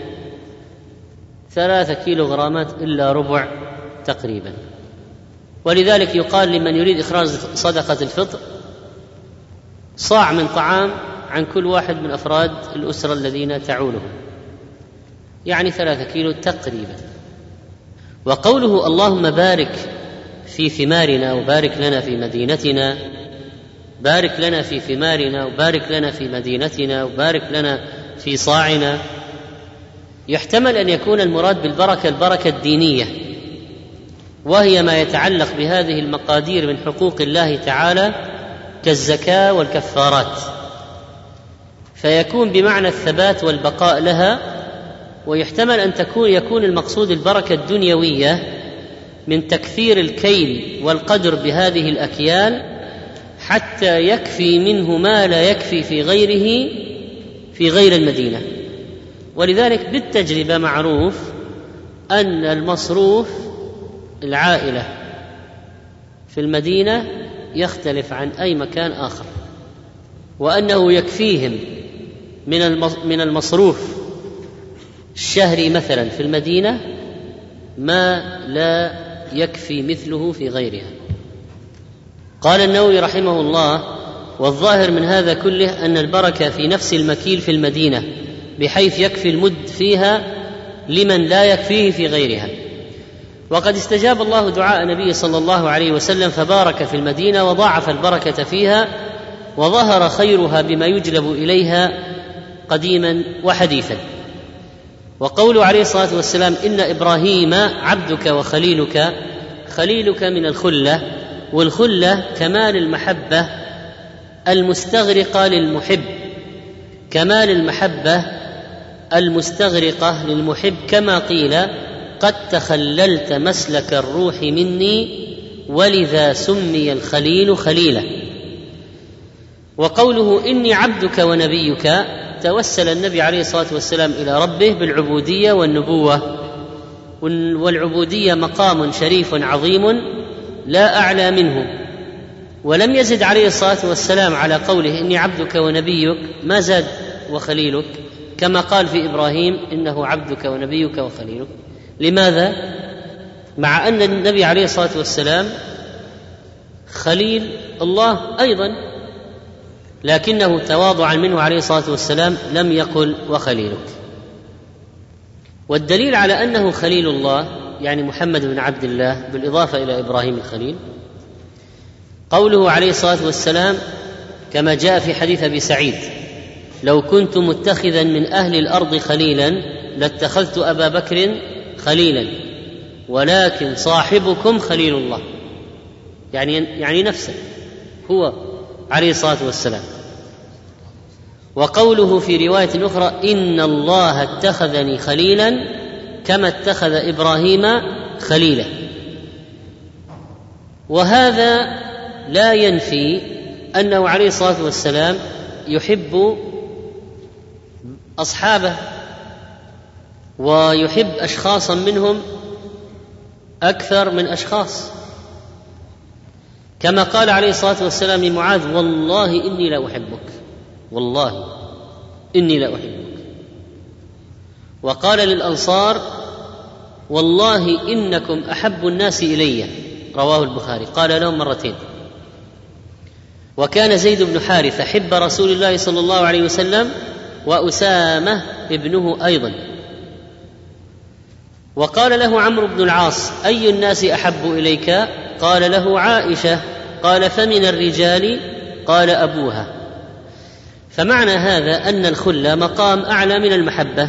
Speaker 2: 3 كيلوغرامات إلا ربع تقريبا. ولذلك يقال لمن يريد إخراج صدقة الفطر صاع من طعام عن كل واحد من أفراد الأسرة الذين تعولهم، يعني 3 كيلو تقريبا. وقوله اللهم بارك في ثمارنا وبارك لنا في مدينتنا، بارك لنا في ثمارنا وبارك لنا في مدينتنا وبارك لنا في صاعنا، يحتمل أن يكون المراد بالبركة البركة الدينية، وهي ما يتعلق بهذه المقادير من حقوق الله تعالى كالزكاة والكفارات، فيكون بمعنى الثبات والبقاء لها. ويحتمل أن يكون المقصود البركة الدنيوية من تكثير الكيل والقدر بهذه الأكيال حتى يكفي منه ما لا يكفي في غيره في غير المدينة. ولذلك بالتجربة معروف أن المصروف العائلة في المدينة يختلف عن أي مكان آخر، وأنه يكفيهم من المصروف الشهري مثلا في المدينة ما لا يكفي مثله في غيرها. قال النووي رحمه الله: والظاهر من هذا كله أن البركة في نفس المكيل في المدينة، بحيث يكفي المد فيها لمن لا يكفيه في غيرها. وقد استجاب الله دعاء النبي صلى الله عليه وسلم فبارك في المدينة وضاعف البركة فيها، وظهر خيرها بما يجلب إليها قديما وحديثا. وقوله عليه الصلاة والسلام: إن إبراهيم عبدك وخليلك، خليلك من الخلة، والخلة كمال المحبة المستغرقة للمحب، كمال المحبة المستغرقة للمحب، كما قيل: قد تخللت مسلك الروح مني، ولذا سمي الخليل خليلا. وقوله إني عبدك ونبيك، توسل النبي عليه الصلاة والسلام إلى ربه بالعبودية والنبوة، والعبودية مقام شريف عظيم لا أعلى منه. ولم يزد عليه الصلاة والسلام على قوله إني عبدك ونبيك، ما زاد وخليلك، كما قال في إبراهيم إنه عبدك ونبيك وخليلك. لماذا؟ مع أن النبي عليه الصلاة والسلام خليل الله أيضا، لكنه تواضعا منه عليه الصلاة والسلام لم يقل وخليلك. والدليل على أنه خليل الله يعني محمد بن عبد الله بالإضافة إلى إبراهيم الخليل قوله عليه الصلاة والسلام كما جاء في حديث أبي سعيد: لو كنت متخذا من أهل الأرض خليلا لاتخذت أبا بكر خليلا، ولكن صاحبكم خليل الله، يعني نفسه هو عليه الصلاة والسلام. وقوله في رواية أخرى: إن الله اتخذني خليلا كما اتخذ إبراهيم خليلا. وهذا لا ينفي أنه عليه الصلاة والسلام يحب أصحابه ويحب أشخاصا منهم أكثر من أشخاص، كما قال عليه الصلاة والسلام لمعاذ: والله إني لا أحبك، والله إني لا أحبك. وقال للأنصار: والله إنكم أحب الناس إلي، رواه البخاري، قال لهم مرتين. وكان زيد بن حارثة حب رسول الله صلى الله عليه وسلم، وأسامة ابنه أيضا. وقال له عمرو بن العاص: أي الناس أحب إليك؟ قال له: عائشة. قال: فمن الرجال؟ قال: أبوها. فمعنى هذا أن الخلة مقام أعلى من المحبة.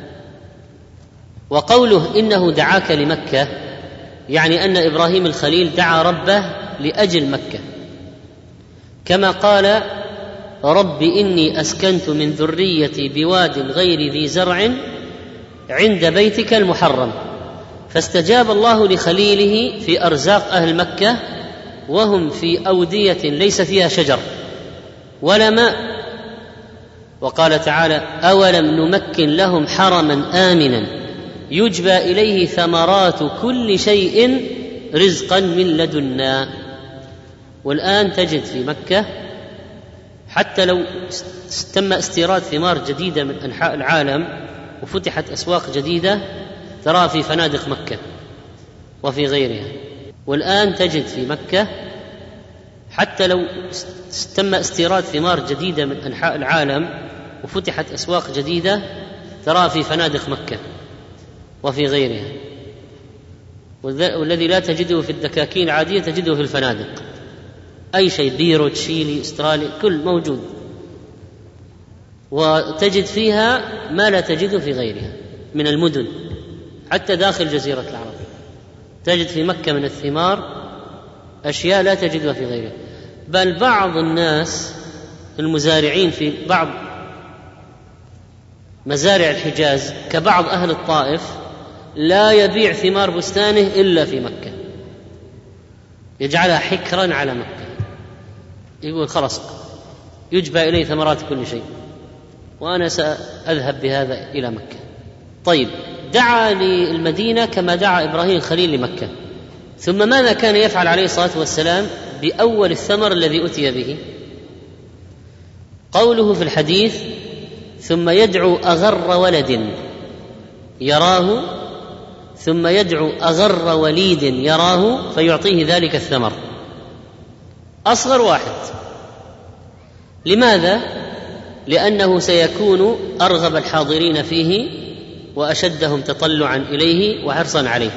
Speaker 2: وقوله إنه دعاك لمكة يعني أن إبراهيم الخليل دعا ربه لأجل مكة، كما قال: رب إني أسكنت من ذريتي بواد غير ذي زرع عند بيتك المحرم، فاستجاب الله لخليله في أرزاق أهل مكة وهم في أودية ليس فيها شجر ولا ماء. وقال تعالى: أولم نمكن لهم حرما آمنا يجبى إليه ثمرات كل شيء رزقا من لدنا. والآن تجد في مكة حتى لو تم استيراد ثمار جديدة من أنحاء العالم وفتحت أسواق جديدة ترى في فنادق مكة وفي غيرها. والآن تجد في مكة حتى لو تم استيراد ثمار جديدة من أنحاء العالم وفتحت أسواق جديدة ترى في فنادق مكة وفي غيرها. والذي لا تجده في الدكاكين العادية تجده في الفنادق. أي شيء، بيرو، تشيلي، استرالي، كل موجود. وتجد فيها ما لا تجده في غيرها من المدن، حتى داخل جزيرة العرب تجد في مكة من الثمار أشياء لا تجدها في غيرها. بل بعض الناس المزارعين في بعض مزارع الحجاز كبعض أهل الطائف لا يبيع ثمار بستانه إلا في مكة، يجعلها حكرا على مكة، يقول خلاص يجبى إليه ثمرات كل شيء وأنا سأذهب بهذا إلى مكة. طيب، دعا للمدينة كما دعا إبراهيم الخليل لمكة. ثم ماذا كان يفعل عليه الصلاة والسلام بأول الثمر الذي أتي به؟ قوله في الحديث: ثم يدعو أغر ولد يراه، ثم يدعو أغر وليد يراه فيعطيه ذلك الثمر، أصغر واحد. لماذا؟ لأنه سيكون أرغب الحاضرين فيه وأشدهم تطلعا إليه وحرصا عليه.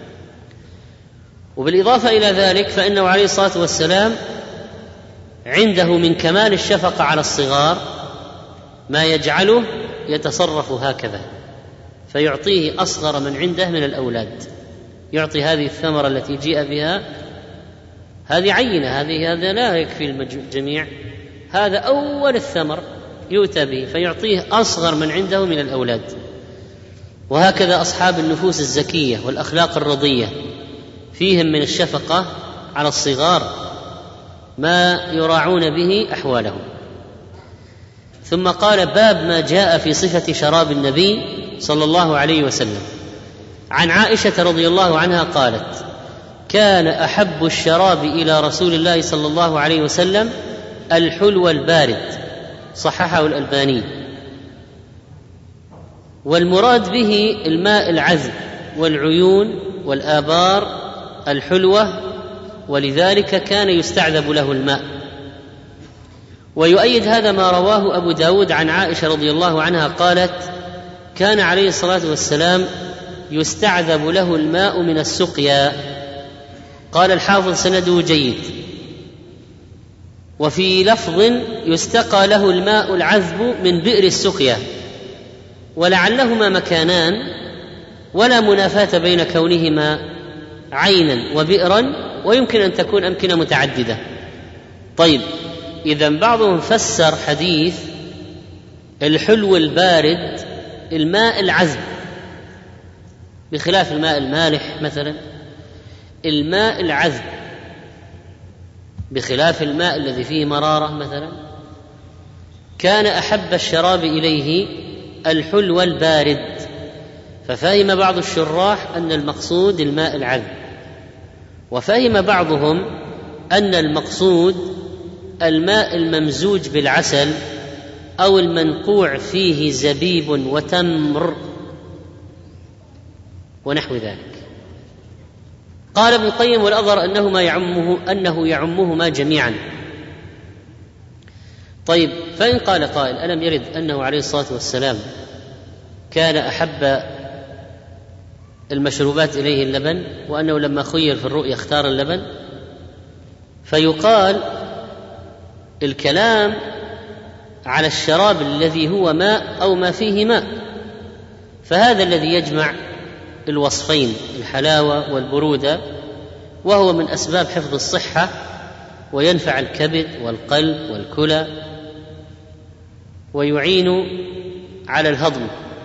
Speaker 2: وبالإضافة إلى ذلك فإنه عليه الصلاة والسلام عنده من كمال الشفقة على الصغار ما يجعله يتصرف هكذا، فيعطيه أصغر من عنده من الأولاد، يعطي هذه الثمرة التي جيء بها، هذه عينة، هذا لا يكفي الجميع، هذا أول الثمر يؤتى به فيعطيه أصغر من عنده من الأولاد. وهكذا أصحاب النفوس الزكية والأخلاق الرضية فيهم من الشفقة على الصغار ما يراعون به أحوالهم. ثم قال: باب ما جاء في صفة شراب النبي صلى الله عليه وسلم. عن عائشة رضي الله عنها قالت: كان أحب الشراب إلى رسول الله صلى الله عليه وسلم الحلو البارد، صححه الألباني. والمراد به الماء العذب والعيون والآبار الحلوة، ولذلك كان يستعذب له الماء. ويؤيد هذا ما رواه أبو داود عن عائشة رضي الله عنها قالت: كان عليه الصلاة والسلام يستعذب له الماء من السقيا. قال الحافظ: سنده جيد. وفي لفظ: يستقى له الماء العذب من بئر السقيا. ولعلهما مكانان ولا منافاة بين كونهما عينا وبئرا، ويمكن أن تكون أمكنة متعددة. طيب، إذن بعضهم فسر حديث الحلو البارد الماء العذب بخلاف الماء المالح مثلا، الماء العذب بخلاف الماء الذي فيه مرارة مثلا. كان أحب الشراب إليه الحلو البارد، ففهم بعض الشراح أن المقصود الماء العذب، وفهم بعضهم أن المقصود الماء الممزوج بالعسل أو المنقوع فيه زبيب وتمر ونحو ذلك. قال ابن القيم: والأظهر أنه يعمهما جميعا. طيب، فإن قال قائل: ألم يرد أنه عليه الصلاة والسلام كان أحب المشروبات إليه اللبن، وأنه لما خير في الرؤيا اختار اللبن. فيقال الكلام على الشراب الذي هو ماء أو ما فيه ماء، فهذا الذي يجمع الوصفين الحلاوة والبرودة، وهو من أسباب حفظ الصحة وينفع الكبد والقلب والكلى ويعين على الهضم.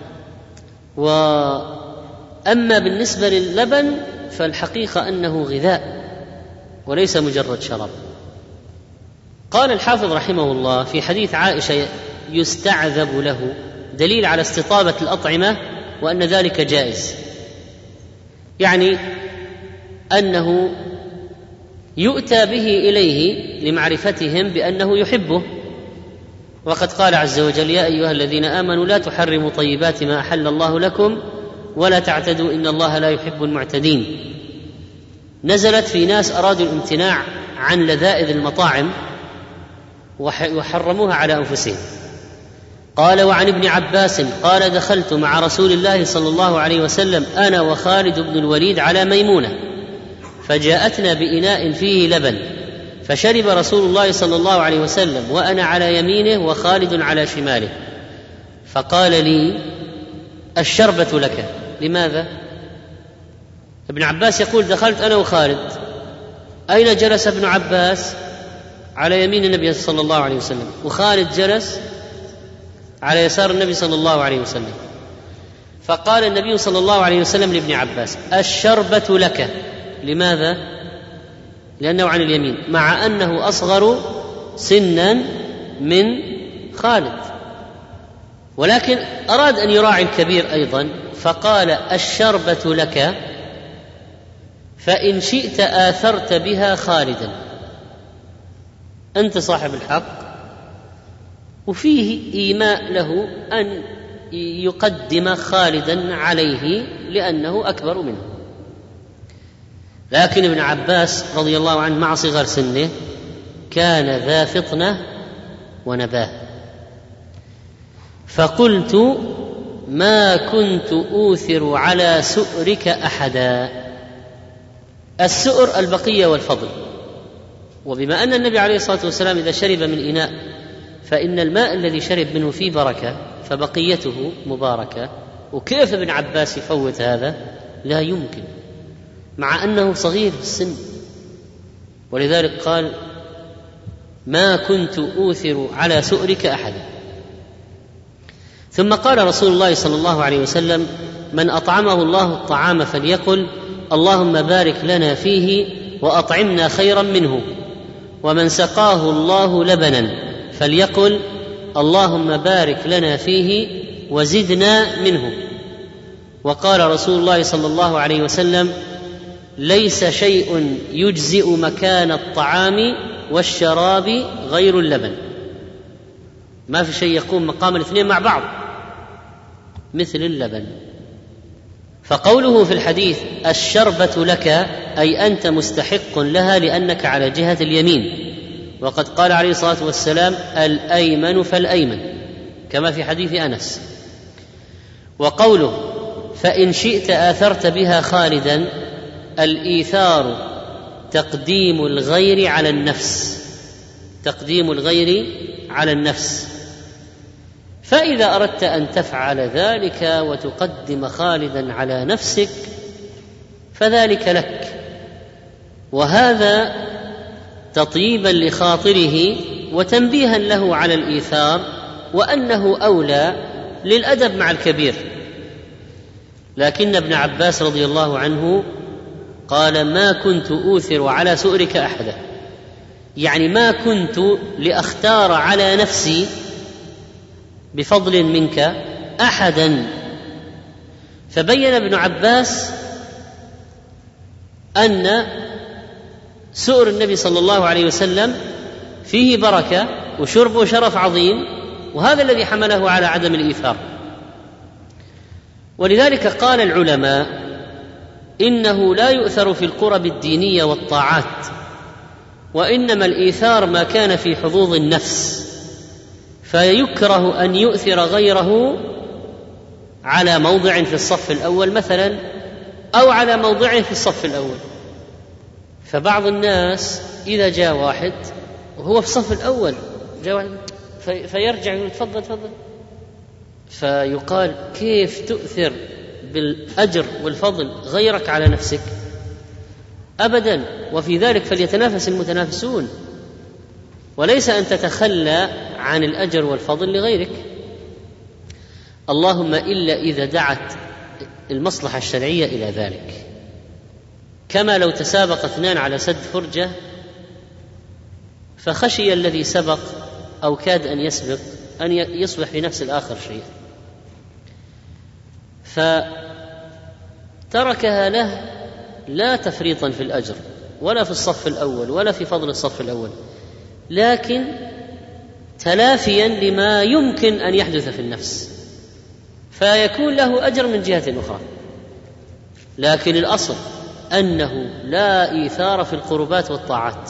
Speaker 2: وأما بالنسبة للبن فالحقيقة أنه غذاء وليس مجرد شراب. قال الحافظ رحمه الله في حديث عائشة يستعذب له، دليل على استطابة الأطعمة وأن ذلك جائز، يعني أنه يؤتى به إليه لمعرفتهم بأنه يحبه. وقد قال عز وجل: يا أيها الذين آمنوا لا تحرموا طيبات ما أحل الله لكم ولا تعتدوا إن الله لا يحب المعتدين. نزلت في ناس أرادوا الامتناع عن لذائذ المطاعم وحرموها على أنفسهم. قال: وعن ابن عباس قال: دخلت مع رسول الله صلى الله عليه وسلم أنا وخالد بن الوليد على ميمونة، فجاءتنا بإناء فيه لبن، فشرب رسول الله صلى الله عليه وسلم وأنا على يمينه وخالد على شماله، فقال لي: الشربة لك. لماذا؟ ابن عباس يقول: دخلت أنا وخالد. أين جلس ابن عباس؟ على يمين النبي صلى الله عليه وسلم، وخالد جلس على يسار النبي صلى الله عليه وسلم. فقال النبي صلى الله عليه وسلم لابن عباس: الشربة لك. لماذا؟ لأنه عن اليمين، مع أنه أصغر سنا من خالد، ولكن أراد أن يراعي الكبير أيضا، فقال: الشربة لك، فإن شئت آثرت بها خالدا. أنت صاحب الحق، وفيه إيماء له أن يقدم خالدا عليه لأنه أكبر منه. لكن ابن عباس رضي الله عنه مع صغر سنه كان ذا فطنة ونباه، فقلت: ما كنت أوثر على سؤرك أحدا. السؤر البقية والفضل، وبما أن النبي عليه الصلاة والسلام إذا شرب من إناء فإن الماء الذي شرب منه فيه بركة، فبقيته مباركة. وكيف ابن عباس يفوت هذا؟ لا يمكن، مع أنه صغير في السن. ولذلك قال: ما كنت أوثر على سؤرك أحدا. ثم قال رسول الله صلى الله عليه وسلم: من أطعمه الله الطعام فليقل: اللهم بارك لنا فيه وأطعمنا خيرا منه. ومن سقاه الله لبنا فليقل: اللهم بارك لنا فيه وزدنا منه. وقال رسول الله صلى الله عليه وسلم: ليس شيء يجزئ مكان الطعام والشراب غير اللبن. ما في شيء يقوم مقام الاثنين مع بعض مثل اللبن. فقوله في الحديث: الشربة لك، أي أنت مستحق لها لأنك على جهة اليمين. وقد قال عليه الصلاة والسلام: الأيمن فالأيمن، كما في حديث أنس. وقوله: فإن شئت آثرت بها خالدا، الإيثار تقديم الغير على النفس، تقديم الغير على النفس. فإذا أردت أن تفعل ذلك وتقدم خالدا على نفسك فذلك لك، وهذا تطيبا لخاطره وتنبيها له على الإيثار، وأنه أولى للأدب مع الكبير. لكن ابن عباس رضي الله عنه قال: ما كنت أوثر على سؤرك أحدا، يعني ما كنت لأختار على نفسي بفضل منك أحدا. فبين ابن عباس أن سؤر النبي صلى الله عليه وسلم فيه بركة وشربه شرف عظيم، وهذا الذي حمله على عدم الإيثار. ولذلك قال العلماء: إنه لا يؤثر في القرب الدينية والطاعات، وإنما الإيثار ما كان في حظوظ النفس، فيكره أن يؤثر غيره على موضع في الصف الأول. مثلا أو على موضعه في الصف الأول. فبعض الناس إذا جاء واحد وهو في الصف الأول جاء واحد فيرجع يقول تفضل تفضل، فيقال كيف تؤثر بالأجر والفضل غيرك على نفسك؟ أبدا، وفي ذلك فليتنافس المتنافسون، وليس أن تتخلى عن الأجر والفضل لغيرك. اللهم إلا إذا دعت المصلحة الشرعية إلى ذلك، كما لو تسابق اثنان على سد فرجة فخشي الذي سبق أو كاد أن يسبق أن يصبح في نفس الآخر شيئا فتركها له، لا تفريطا في الأجر ولا في الصف الأول ولا في فضل الصف الأول، لكن تلافيا لما يمكن أن يحدث في النفس، فيكون له أجر من جهة أخرى. لكن الأصل أنه لا إيثار في القربات والطاعات.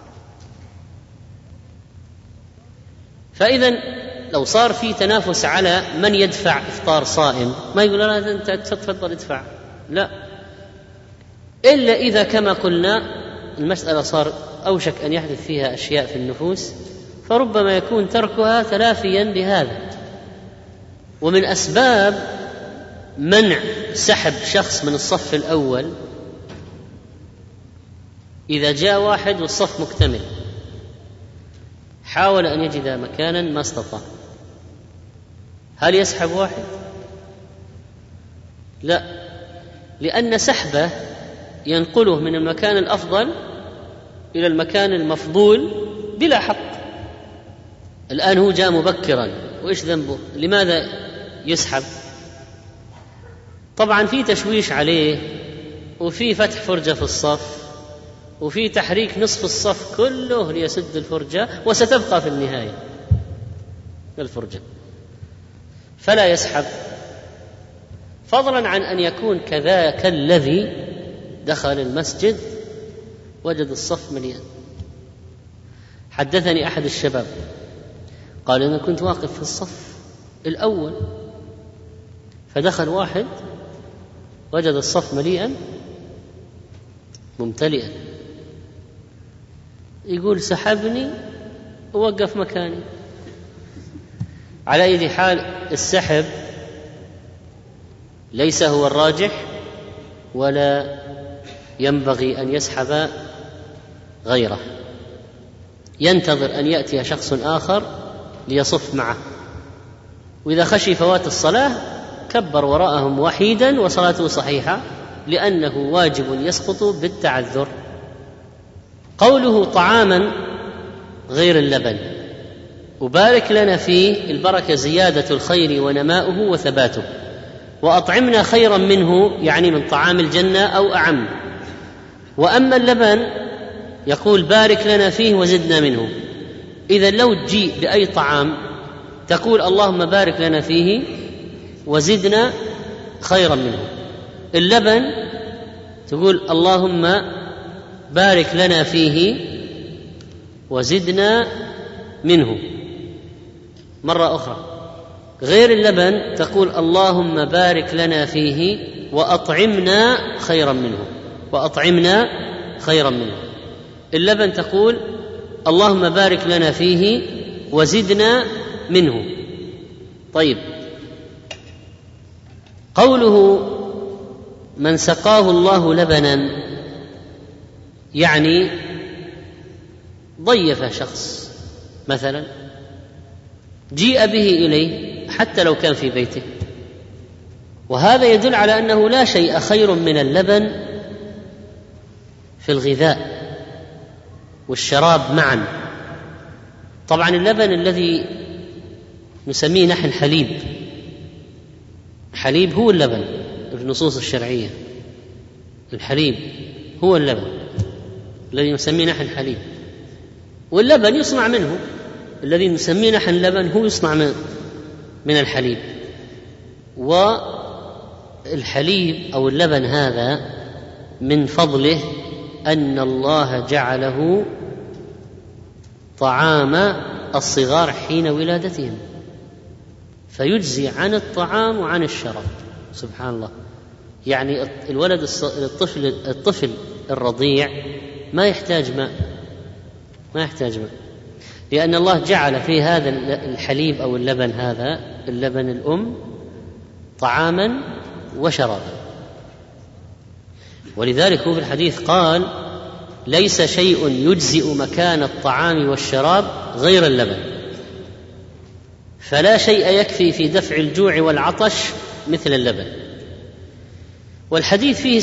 Speaker 2: فإذا لو صار في تنافس على من يدفع إفطار صائم، ما يقول لا أنت تفضل ادفع، لا، إلا إذا كما قلنا المسألة صار أوشك أن يحدث فيها أشياء في النفوس، فربما يكون تركها تلافيا لهذا. ومن أسباب منع سحب شخص من الصف الأول إذا جاء واحد والصف مكتمل حاول أن يجد مكانا ما استطاع، هل يسحب واحد؟ لا، لأن سحبه ينقله من المكان الأفضل إلى المكان المفضول بلا حق. الآن هو جاء مبكرا، وإيش ذنبه؟ لماذا يسحب؟ طبعا في تشويش عليه، وفي فتح فرجة في الصف، وفي تحريك نصف الصف كله ليسد الفرجة، وستبقى في النهاية الفرجة، فلا يسحب، فضلا عن أن يكون كذاك الذي دخل المسجد وجد الصف مليان. حدثني أحد الشباب قال أنا كنت واقف في الصف الأول فدخل واحد وجد الصف مليئا ممتلئا، يقول سحبني ووقف مكاني. على أي حال السحب ليس هو الراجح، ولا ينبغي أن يسحب غيره، ينتظر أن يأتي شخص آخر ليصف معه، وإذا خشي فوات الصلاة كبر وراءهم وحيدا وصلاته صحيحة، لأنه واجب يسقط بالتعذر. قوله طعاما غير اللبن وبارك لنا فيه، البركة زيادة الخير ونماؤه وثباته، وأطعمنا خيرا منه يعني من طعام الجنة أو أعم. وأما اللبن يقول بارك لنا فيه وزدنا منه. إذا لو تجيء بأي طعام تقول اللهم بارك لنا فيه وزدنا خيرا منه. اللبن تقول اللهم بارك لنا فيه وزدنا منه مرة أخرى. غير اللبن تقول اللهم بارك لنا فيه وأطعمنا خيرا منه، وأطعمنا خيرا منه. اللبن تقول اللهم بارك لنا فيه وزدنا منه. طيب، قوله من سقاه الله لبنا يعني ضيف شخص مثلا جيء به إليه حتى لو كان في بيته، وهذا يدل على أنه لا شيء خير من اللبن في الغذاء والشراب معا. طبعا اللبن الذي نسميه نحن حليب هو اللبن في النصوص الشرعية، الحليب هو اللبن الذي نسميه نحن حليب، واللبن يصنع منه، الذي نسميه نحن لبن هو يصنع من الحليب. والحليب أو اللبن هذا من فضله أن الله جعله طعام الصغار حين ولادتهم، فيجزي عن الطعام وعن الشراب، سبحان الله. يعني الولد الطفل الرضيع ما يحتاج ماء، لأن الله جعل في هذا الحليب أو اللبن، هذا اللبن الأم، طعاما وشرابا. ولذلك هو في الحديث قال: ليس شيء يجزئ مكان الطعام والشراب غير اللبن، فلا شيء يكفي في دفع الجوع والعطش مثل اللبن. والحديث فيه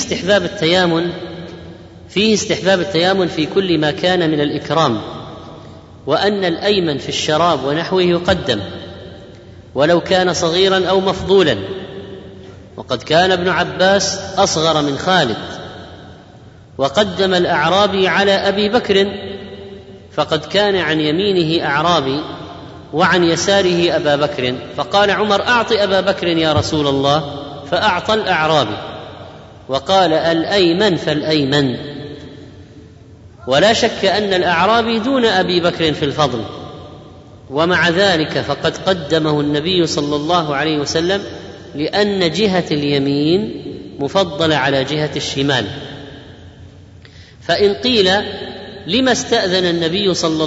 Speaker 2: استحباب التيامن في كل ما كان من الإكرام، وأن الأيمن في الشراب ونحوه يقدم ولو كان صغيرا أو مفضولا. وقد كان ابن عباس أصغر من خالد، وقدم الأعرابي على أبي بكر، فقد كان عن يمينه أعرابي وعن يساره أبا بكر، فقال عمر: أعط أبا بكر يا رسول الله، فأعطى الأعرابي، وقال: الأيمن فالأيمن. ولا شك أن الأعرابي دون أبي بكر في الفضل، ومع ذلك فقد قدمه النبي صلى الله عليه وسلم، لأن جهة اليمين مفضلة على جهة الشمال. فإن قيل: لما استأذن النبي صلى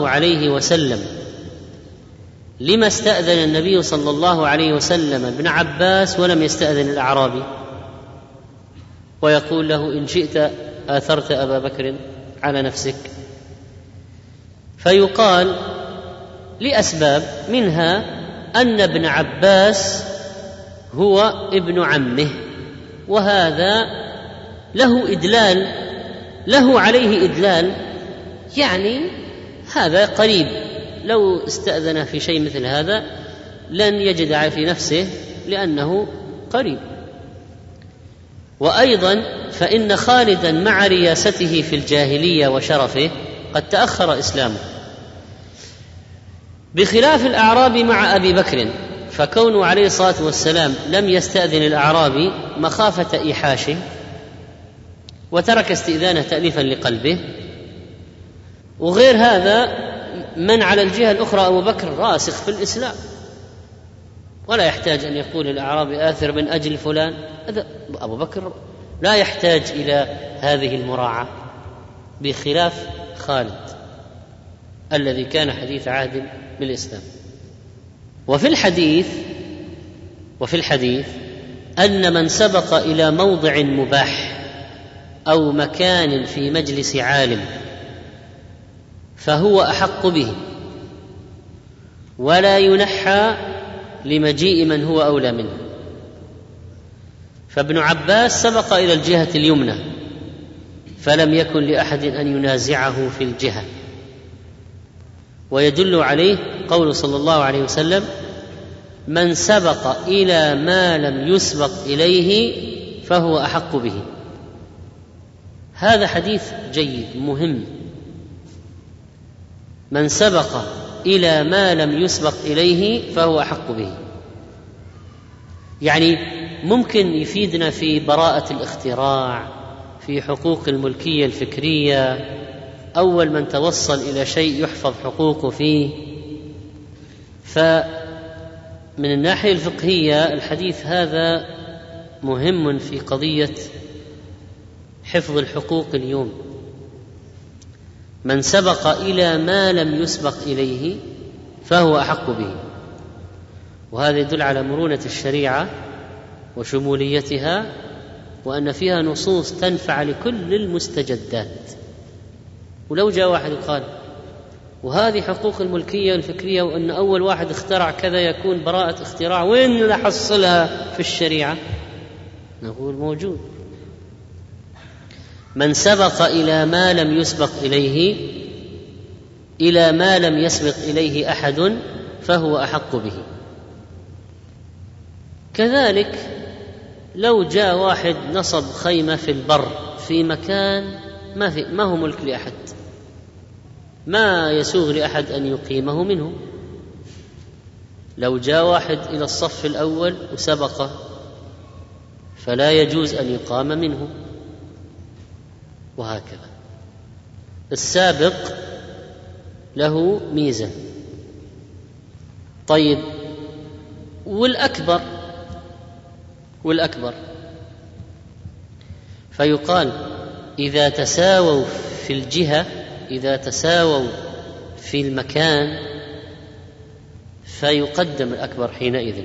Speaker 2: الله عليه وسلم ابن عباس ولم يستأذن الأعرابي؟ ويقول له: إن شئت آثرت أبا بكر على نفسك. فيقال: لأسباب، منها أن ابن عباس هو ابن عمه، وهذا له عليه إدلال، يعني هذا قريب، لو استأذن في شيء مثل هذا لن يجد في نفسه لأنه قريب. وأيضا فإن خالدا مع رياسته في الجاهلية وشرفه قد تأخر إسلامه، بخلاف الأعرابي مع أبي بكر، فكونه عليه الصلاة والسلام لم يستأذن الأعرابي مخافة إيحاشه، وترك استئذانه تأليفا لقلبه. وغير هذا، من على الجهة الأخرى أبو بكر راسخ في الإسلام، ولا يحتاج أن يقول الأعرابي آثر من أجل فلان. أبو بكر لا يحتاج إلى هذه المراعاة، بخلاف خالد الذي كان حديث عهد بالإسلام. وفي الحديث أن من سبق إلى موضع مباح أو مكان في مجلس عالم فهو أحق به، ولا ينحى لمجيء من هو أولى منه. فابن عباس سبق إلى الجهة اليمنى، فلم يكن لأحد أن ينازعه في الجهة، ويدل عليه قول صلى الله عليه وسلم: من سبق إلى ما لم يسبق إليه فهو أحق به. هذا حديث جيد مهم، من سبق إلى ما لم يسبق إليه فهو أحق به، يعني ممكن يفيدنا في براءة الاختراع، في حقوق الملكية الفكرية، أول من توصل إلى شيء يحفظ حقوقه فيه. فمن الناحية الفقهية الحديث هذا مهم في قضية حفظ الحقوق اليوم. من سبق إلى ما لم يسبق إليه فهو أحق به، وهذا يدل على مرونة الشريعة وشموليتها، وأن فيها نصوص تنفع لكل المستجدات. ولو جاء واحد وقال: وهذه حقوق الملكية الفكرية، وأن أول واحد اخترع كذا يكون براءة اختراع، وين نحصلها في الشريعة؟ نقول موجود. من سبق إلى ما لم يسبق إليه أحد فهو أحق به. كذلك لو جاء واحد نصب خيمة في البر في مكان ما هو ملك لأحد، ما يسوغ لأحد أن يقيمه منه، لو جاء واحد إلى الصف الأول وسبقه فلا يجوز أن يقام منه، وهكذا. السابق له ميزة. طيب، والأكبر فيقال إذا تساووا في الجهة، إذا تساووا في المكان، فيقدم الأكبر حينئذ،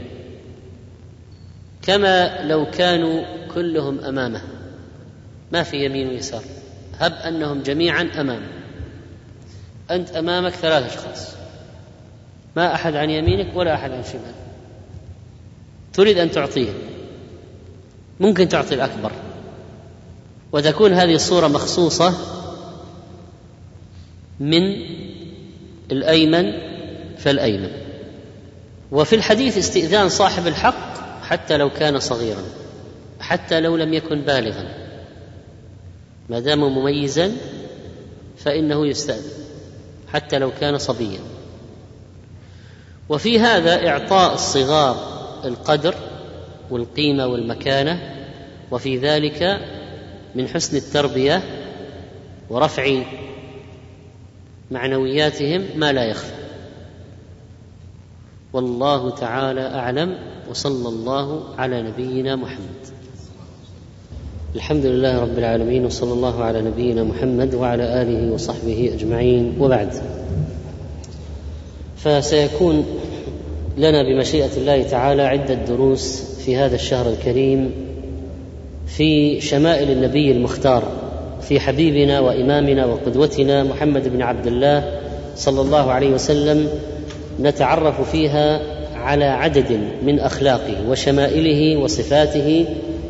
Speaker 2: كما لو كانوا كلهم أمامه، ما في يمين ويسار، هب أنهم جميعا أمامه، أنت أمامك 3 أشخاص، ما أحد عن يمينك ولا أحد عن شمالك، تريد أن تعطيهم، ممكن تعطي الأكبر، وتكون هذه الصورة مخصوصة من الأيمن فالأيمن. وفي الحديث استئذان صاحب الحق حتى لو كان صغيرا، حتى لو لم يكن بالغا، ما دام مميزا فإنه يستأذن حتى لو كان صبيا. وفي هذا إعطاء الصغار القدر والقيمة والمكانة، وفي ذلك من حسن التربية ورفع معنوياتهم ما لا يخفى. والله تعالى أعلم، وصلى الله على نبينا محمد. الحمد لله رب العالمين، وصلى الله على نبينا محمد وعلى آله وصحبه أجمعين، وبعد. فسيكون لنا بمشيئة الله تعالى عدة دروس في هذا الشهر الكريم في شمائل النبي المختار، في حبيبنا وإمامنا وقدوتنا محمد بن عبد الله صلى الله عليه وسلم، نتعرف فيها على عدد من أخلاقه وشمائله وصفاته.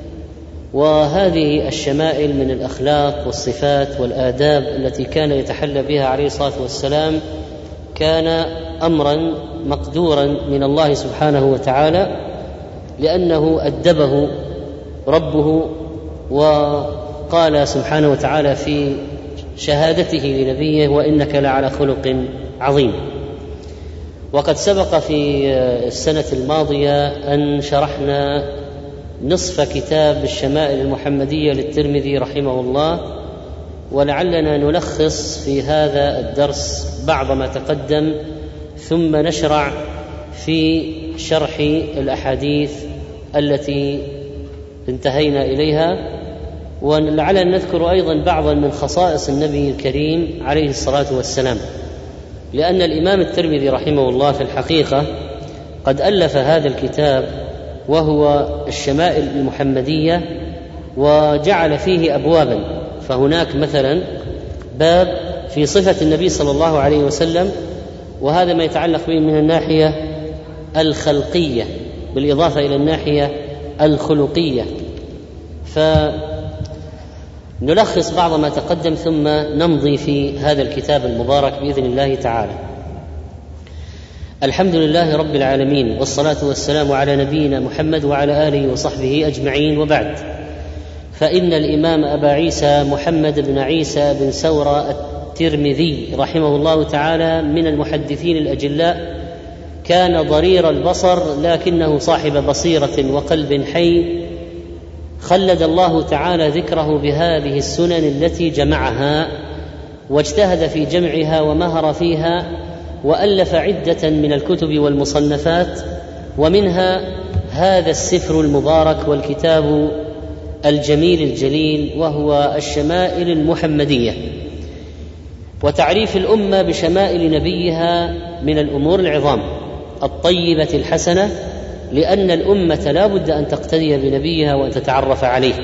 Speaker 2: وهذه الشمائل من الأخلاق والصفات والآداب التي كان يتحلى بها عليه الصلاة والسلام كان أمرا مقدورا من الله سبحانه وتعالى، لأنه أدبه ربه، وقال سبحانه وتعالى في شهادته لنبيه: وإنك لعلى خلق عظيم. وقد سبق في السنة الماضية أن شرحنا نصف كتاب الشمائل المحمدية للترمذي رحمه الله، ولعلنا نلخص في هذا الدرس بعض ما تقدم، ثم نشرع في شرح الأحاديث التي انتهينا إليها. ولعلنا نذكر أيضا بعضا من خصائص النبي الكريم عليه الصلاة والسلام، لأن الإمام الترمذي رحمه الله في الحقيقة قد ألف هذا الكتاب وهو الشمائل المحمدية، وجعل فيه أبوابا. فهناك مثلا باب في صفة النبي صلى الله عليه وسلم، وهذا ما يتعلق به من الناحية الخلقية بالإضافة إلى الناحية الخلقية. فنلخص بعض ما تقدم ثم نمضي في هذا الكتاب المبارك بإذن الله تعالى. الحمد لله رب العالمين، والصلاة والسلام على نبينا محمد وعلى آله وصحبه أجمعين، وبعد. فإن الإمام أبا عيسى محمد بن عيسى بن سورة الترمذي رحمه الله تعالى من المحدثين الأجلاء، كان ضرير البصر لكنه صاحب بصيرة وقلب حي، خلد الله تعالى ذكره بهذه السنن التي جمعها، واجتهد في جمعها ومهر فيها، وألف عدة من الكتب والمصنفات، ومنها هذا السفر المبارك والكتاب الجميل الجليل، وهو الشمائل المحمدية. وتعريف الأمة بشمائل نبيها من الأمور العظام الطيبة الحسنة، لأن الأمة لا بد أن تقتدي بنبيها وأن تتعرف عليه.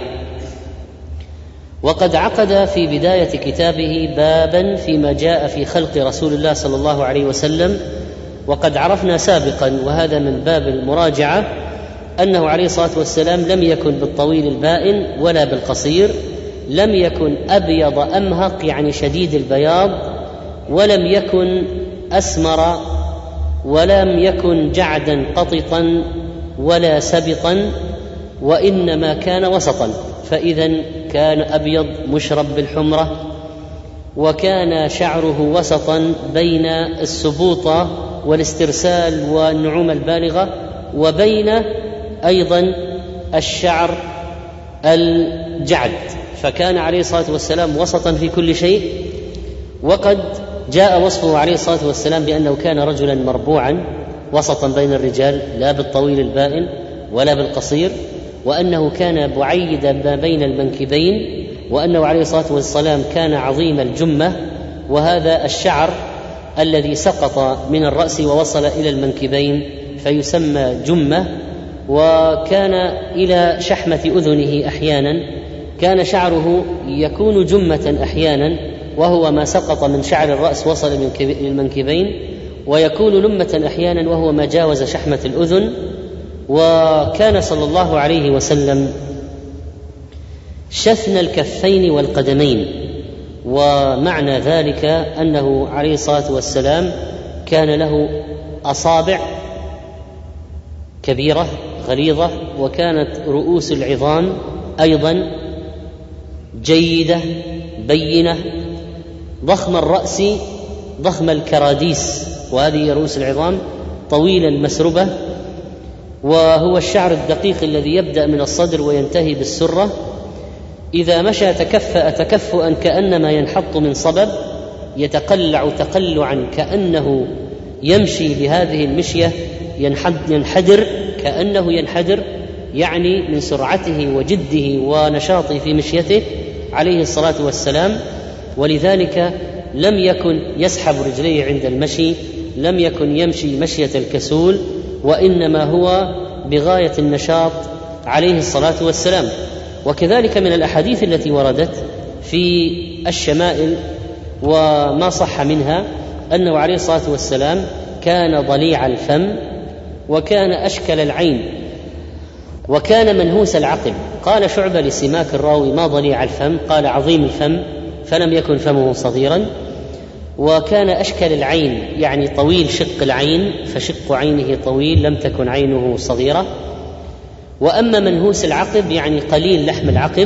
Speaker 2: وقد عقد في بداية كتابه بابا فيما جاء في خلق رسول الله صلى الله عليه وسلم. وقد عرفنا سابقا، وهذا من باب المراجعة، أنه عليه الصلاة والسلام لم يكن بالطويل البائن ولا بالقصير، لم يكن أبيض أمهق يعني شديد البياض، ولم يكن أسمر، ولم يكن جعدا قططا ولا سبطا، وإنما كان وسطا. فإذا كان أبيض مشرب بالحمرة، وكان شعره وسطا بين السبوطة والاسترسال والنعومة البالغة، وبين أيضا الشعر الجعد، فكان عليه الصلاة والسلام وسطا في كل شيء. وقد جاء وصفه عليه الصلاة والسلام بأنه كان رجلا مربوعا وسطا بين الرجال، لا بالطويل البائن ولا بالقصير، وأنه كان بعيد ما بين المنكبين، وأنه عليه الصلاة والسلام كان عظيم الجمة، وهذا الشعر الذي سقط من الرأس ووصل إلى المنكبين فيسمى جمة. وكان إلى شحمة أذنه أحيانا كان شعره يكون جمة أحيانا، وهو ما سقط من شعر الرأس وصل للمنكبين، ويكون لمة أحيانا وهو ما جاوز شحمة الأذن. وكان صلى الله عليه وسلم شثن الكفين والقدمين، ومعنى ذلك أنه عليه الصلاة والسلام كان له أصابع كبيرة غليظة، وكانت رؤوس العظام أيضا جيدة بينة، ضخم الرأس ضخم الكراديس، وهذه رؤوس العظام طويلة المسربة، وهو الشعر الدقيق الذي يبدأ من الصدر وينتهي بالسرة. إذا مشى تكفأ تكفؤا كأنما ينحط من صبب، يتقلع تقلعا كأنه يمشي بهذه المشية، ينحدر كأنه ينحدر، يعني من سرعته وجده ونشاطه في مشيته عليه الصلاة والسلام. ولذلك لم يكن يسحب رجليه عند المشي، لم يكن يمشي مشية الكسول، وإنما هو بغاية النشاط عليه الصلاة والسلام. وكذلك من الأحاديث التي وردت في الشمائل وما صح منها أنه عليه الصلاة والسلام كان ضليع الفم، وكان أشكل العين، وكان منهوس العقل. قال شعبة لسماك الراوي: ما ضليع الفم؟ قال: عظيم الفم، فلم يكن فمه صغيرا. وكان أشكل العين، يعني طويل شق العين، فشق عينه طويل، لم تكن عينه صغيرة. وأما منهوس العقب يعني قليل لحم العقب.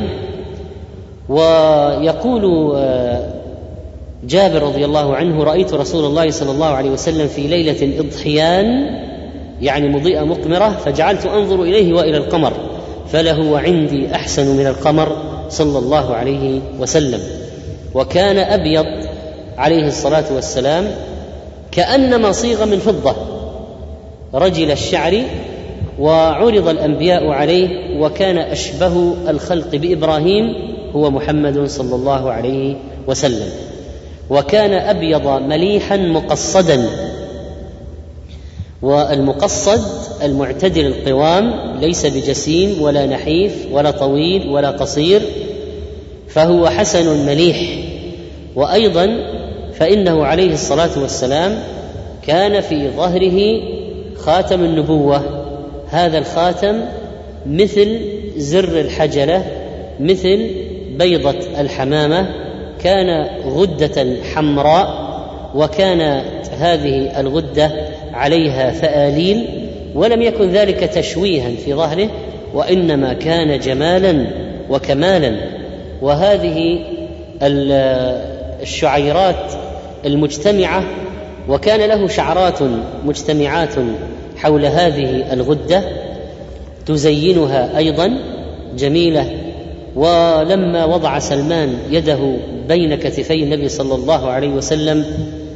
Speaker 2: ويقول جابر رضي الله عنه: رأيت رسول الله صلى الله عليه وسلم في ليلة إضحيان، يعني مضيئة مقمرة، فجعلت أنظر إليه وإلى القمر، فلهو عندي أحسن من القمر صلى الله عليه وسلم. وكان أبيض عليه الصلاة والسلام كأنما صيغ من فضة، رجل الشعر، وعرض الأنبياء عليه، وكان أشبه الخلق بإبراهيم هو محمد صلى الله عليه وسلم. وكان أبيض مليحا مقصدا، والمقصد المعتدل القوام، ليس بجسيم ولا نحيف ولا طويل ولا قصير، فهو حسن مليح. وأيضا فإنه عليه الصلاة والسلام كان في ظهره خاتم النبوة، هذا الخاتم مثل زر الحجلة، مثل بيضة الحمامة، كان غدة حمراء، وكانت هذه الغدة عليها فآليل، ولم يكن ذلك تشويها في ظهره، وإنما كان جمالا وكمالا. وهذه الشعيرات المجتمعة، وكان له شعرات مجتمعات حول هذه الغدة تزينها أيضا جميلة. ولما وضع سلمان يده بين كتفي النبي صلى الله عليه وسلم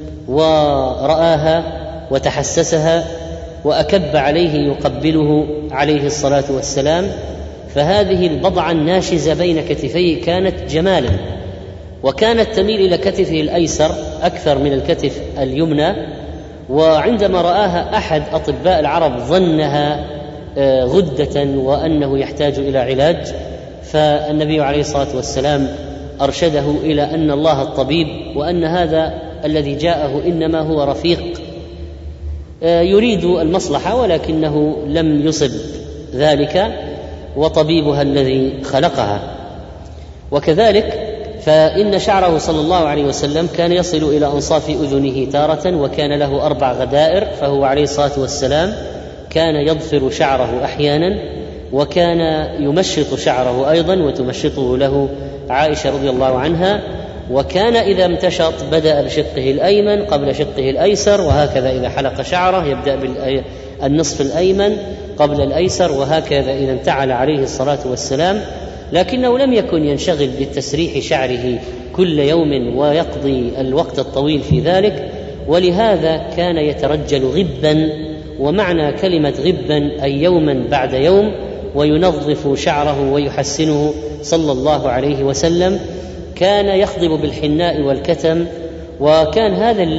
Speaker 2: ورآها وتحسسها وأكب عليه يقبله عليه الصلاة والسلام، فهذه البضعة الناشزة بين كتفيه كانت جمالا، وكانت تميل إلى كتفه الأيسر أكثر من الكتف اليمنى. وعندما رآها أحد أطباء العرب ظنها غدة وأنه يحتاج إلى علاج، فالنبي عليه الصلاة والسلام أرشده إلى أن الله الطبيب، وأن هذا الذي جاءه إنما هو رفيق يريد المصلحة، ولكنه لم يصب ذلك، وطبيبها الذي خلقها. وكذلك فإن شعره صلى الله عليه وسلم كان يصل إلى أنصاف أذنه تارة، وكان له 4 غدائر، فهو عليه الصلاة والسلام كان يضفر شعره أحيانا، وكان يمشط شعره أيضا، وتمشطه له عائشة رضي الله عنها. وكان إذا امتشط بدأ بشقه الأيمن قبل شقه الأيسر، وهكذا إذا حلق شعره يبدأ بالنصف الأيمن قبل الأيسر، وهكذا إذا انتعل عليه الصلاة والسلام. لكنه لم يكن ينشغل بتسريح شعره كل يوم ويقضي الوقت الطويل في ذلك، ولهذا كان يترجل غبا. ومعنى كلمة غبا أي يوما بعد يوم، وينظف شعره ويحسنه صلى الله عليه وسلم. كان يخضب بالحناء والكتم، وكان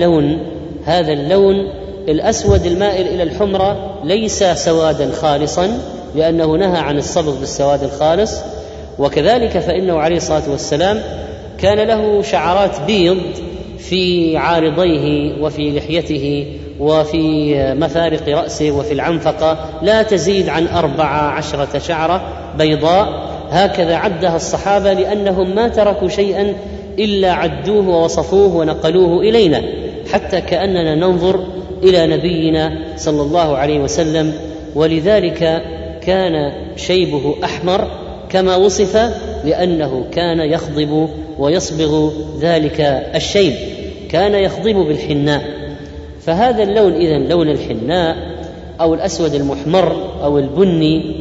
Speaker 2: هذا اللون الأسود المائل إلى الحمرة ليس سوادا خالصا، لأنه نهى عن الصبغ بالسواد الخالص. وكذلك فإنه عليه الصلاة والسلام كان له شعرات بيض في عارضيه وفي لحيته وفي مفارق رأسه وفي العنفقة لا تزيد عن 14 شعرة بيضاء، هكذا عدها الصحابة، لأنهم ما تركوا شيئا إلا عدوه ووصفوه ونقلوه إلينا، حتى كأننا ننظر إلى نبينا صلى الله عليه وسلم. ولذلك كان شيبه أحمر كما وصف، لأنه كان يخضب ويصبغ ذلك الشيب، كان يخضب بالحناء. فهذا اللون إذن لون الحناء أو الأسود المحمر أو البني،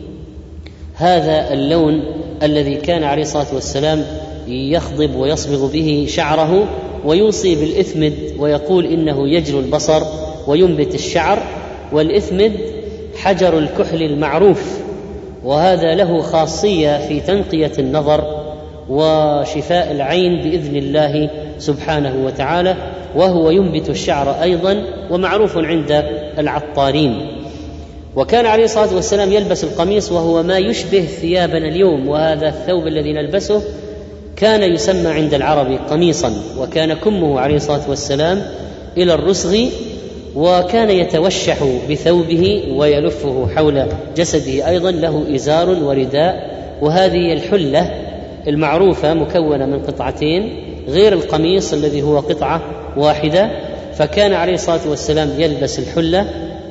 Speaker 2: هذا اللون الذي كان عليه الصلاة والسلام يخضب ويصبغ به شعره، ويوصي بالإثمد ويقول إنه يجلو البصر وينبت الشعر. والإثمد حجر الكحل المعروف، وهذا له خاصية في تنقية النظر وشفاء العين بإذن الله سبحانه وتعالى، وهو ينبت الشعر أيضا، ومعروف عند العطارين. وكان عليه الصلاة والسلام يلبس القميص وهو ما يشبه ثيابنا اليوم، وهذا الثوب الذي نلبسه كان يسمى عند العرب قميصا. وكان كمه عليه الصلاة والسلام إلى الرسغ، وكان يتوشح بثوبه ويلفه حول جسده، أيضا له إزار ورداء. وهذه الحلة المعروفة مكونة من قطعتين غير القميص الذي هو قطعة واحدة، فكان عليه الصلاة والسلام يلبس الحلة.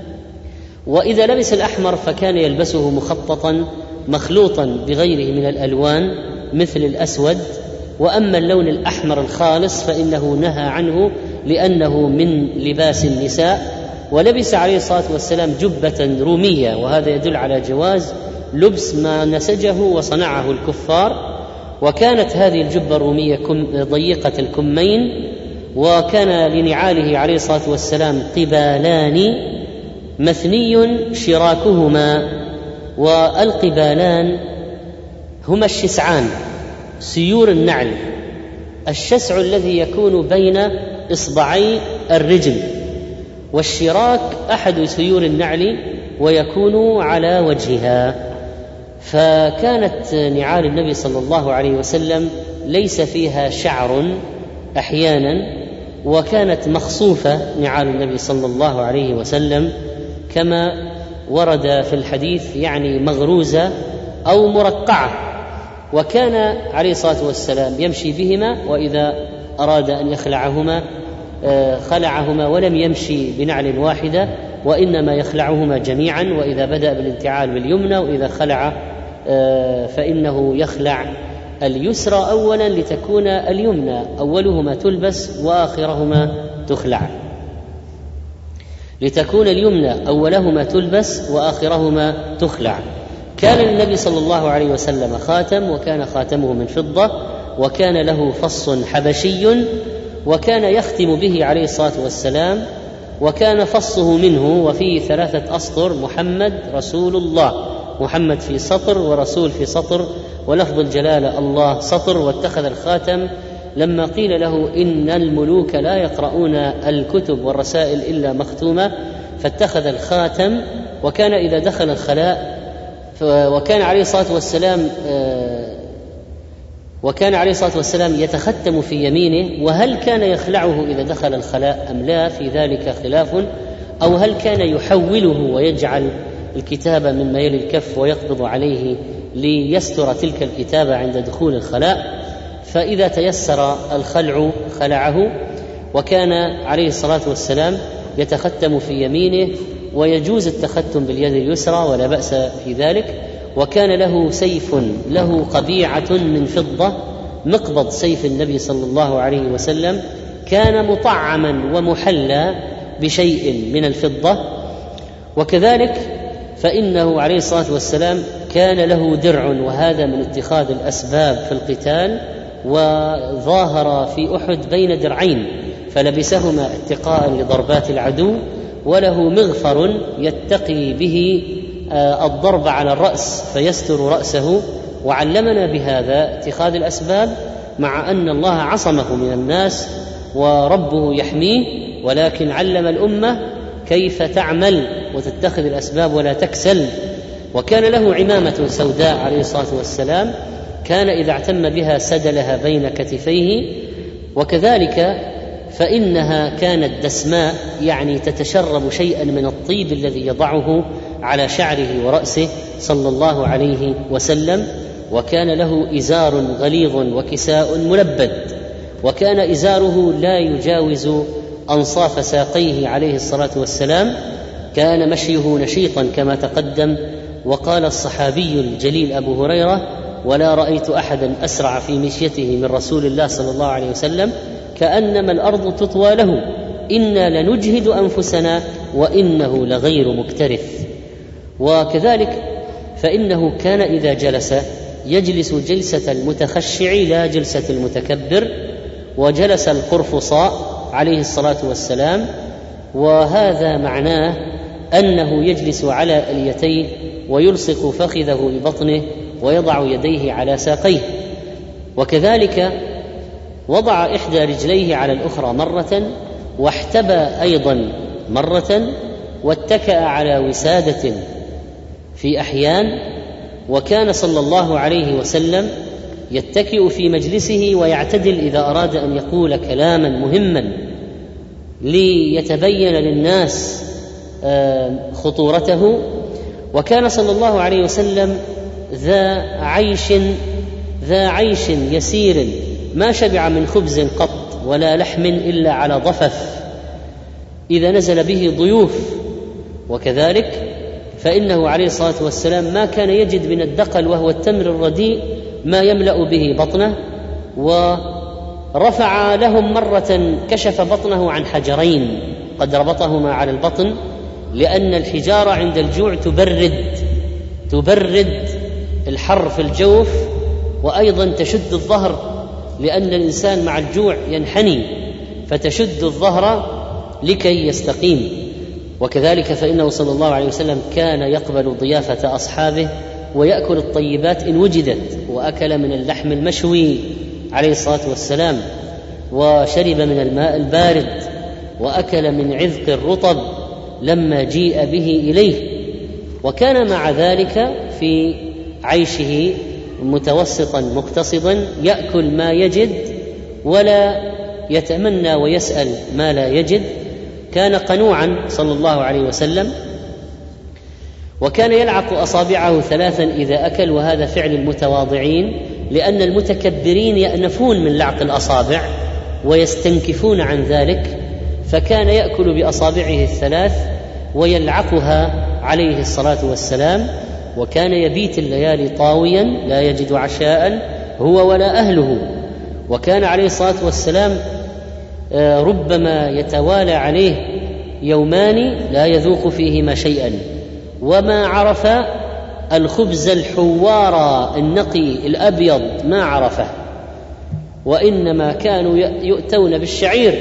Speaker 2: وإذا لبس الأحمر فكان يلبسه مخططا مخلوطا بغيره من الألوان مثل الأسود. وأما اللون الأحمر الخالص فإنه نهى عنه لأنه من لباس النساء. ولبس عليه الصلاة والسلام جبة رومية، وهذا يدل على جواز لبس ما نسجه وصنعه الكفار. وكانت هذه الجبة الرومية ضيقة الكمين، وكان لنعاله عليه الصلاة والسلام قبالان مثني شراكهما، والقبالان هما الشسعان، سيور النعل، الشسع الذي يكون بين إصبعي الرجل، والشراك أحد سيور النعل ويكون على وجهها. فكانت نعال النبي صلى الله عليه وسلم ليس فيها شعر أحيانا، وكانت مخصوفة نعال النبي صلى الله عليه وسلم كما ورد في الحديث، يعني مغروزة أو مرقعة. وكان عليه الصلاة والسلام يمشي بهما، وإذا أراد أن يخلعهما خلعهما، ولم يمشي بنعل واحدة، وإنما يخلعهما جميعا. وإذا بدأ بالانتعال باليمنى، وإذا خلع فإنه يخلع اليسرى أولا لتكون اليمنى أولهما تلبس وآخرهما تخلع، لتكون اليمنى أولهما تلبس وآخرهما تخلع. كان للنبي صلى الله عليه وسلم خاتم، وكان خاتمه من فضة، وكان له فص حبشي، وكان يختم به عليه الصلاة والسلام، وكان فصه منه وفيه 3 أسطر: محمد رسول الله، محمد في سطر ورسول في سطر، ولفظ الجلالة الله سطر. واتخذ الخاتم لما قيل له إن الملوك لا يقرؤون الكتب والرسائل إلا مختومة، فاتخذ الخاتم. وكان إذا دخل الخلاء وكان عليه الصلاة والسلام يتختم في يمينه. وهل كان يخلعه إذا دخل الخلاء أم لا؟ في ذلك خلاف. أو هل كان يحوله ويجعل الكتابة مما يلي الكف ويقبض عليه ليستر تلك الكتابة عند دخول الخلاء؟ فإذا تيسر الخلع خلعه. وكان عليه الصلاة والسلام يتختم في يمينه، ويجوز التختم باليد اليسرى ولا بأس في ذلك. وكان له سيف له قبيعة من فضة، مقبض سيف النبي صلى الله عليه وسلم كان مطعما ومحلى بشيء من الفضة. وكذلك فإنه عليه الصلاة والسلام كان له درع، وهذا من اتخاذ الأسباب في القتال، وظاهر في أحد بين درعين فلبسهما اتقاء لضربات العدو، وله مغفر يتقي به الضرب على الرأس فيستر رأسه، وعلمنا بهذا اتخاذ الأسباب، مع أن الله عصمه من الناس وربه يحميه، ولكن علم الأمة كيف تعمل وتتخذ الأسباب ولا تكسل. وكان له عمامة سوداء عليه الصلاة والسلام، كان إذا اعتم بها سدلها بين كتفيه، وكذلك فإنها كانت دسماء، يعني تتشرب شيئا من الطيب الذي يضعه على شعره ورأسه صلى الله عليه وسلم. وكان له إزار غليظ وكساء ملبد، وكان إزاره لا يجاوز أنصاف ساقيه عليه الصلاة والسلام، كان مشيه نشيطا كما تقدم. وقال الصحابي الجليل أبو هريرة: ولا رأيت أحدا أسرع في مشيته من رسول الله صلى الله عليه وسلم، كأنما الأرض تطوى له، إنا لنجهد أنفسنا وإنه لغير مكترث. وكذلك فإنه كان إذا جلس يجلس جلسة المتخشع لا جلسة المتكبر، وجلس القرفصاء عليه الصلاة والسلام، وهذا معناه أنه يجلس على اليتيه ويلصق فخذه ببطنه ويضع يديه على ساقيه. وكذلك وضع إحدى رجليه على الأخرى مرة، واحتبى أيضا مرة، واتكأ على وسادة في أحيان. وكان صلى الله عليه وسلم يتكئ في مجلسه ويعتدل إذا أراد أن يقول كلاما مهما ليتبين للناس خطورته. وكان صلى الله عليه وسلم ذا عيش يسير، ما شبع من خبز قط ولا لحم إلا على ضفف إذا نزل به ضيوف. وكذلك فإنه عليه الصلاة والسلام ما كان يجد من الدقل وهو التمر الرديء ما يملأ به بطنه. ورفع لهم مرة كشف بطنه عن حجرين قد ربطهما على البطن، لأن الحجارة عند الجوع تبرد الحر في الجوف، وأيضا تشد الظهر، لأن الإنسان مع الجوع ينحني فتشد الظهر لكي يستقيم. وكذلك فإنه صلى الله عليه وسلم كان يقبل ضيافة أصحابه ويأكل الطيبات إن وجدت، وأكل من اللحم المشوي عليه الصلاة والسلام، وشرب من الماء البارد، وأكل من عذق الرطب لما جيء به إليه. وكان مع ذلك في عيشه متوسطا مقتصدا، يأكل ما يجد ولا يتمنى ويسأل ما لا يجد. كان قنوعا صلى الله عليه وسلم، وكان يلعق أصابعه 3 إذا أكل، وهذا فعل المتواضعين، لأن المتكبرين يأنفون من لعق الأصابع ويستنكفون عن ذلك، فكان يأكل بأصابعه 3 ويلعقها عليه الصلاة والسلام. وكان يبيت الليالي طاويا لا يجد عشاء هو ولا أهله. وكان عليه الصلاة والسلام ربما يتوالى عليه يومان لا يذوق فيهما شيئا، وما عرف الخبز الحوار النقي الأبيض ما عرفه، وإنما كانوا يؤتون بالشعير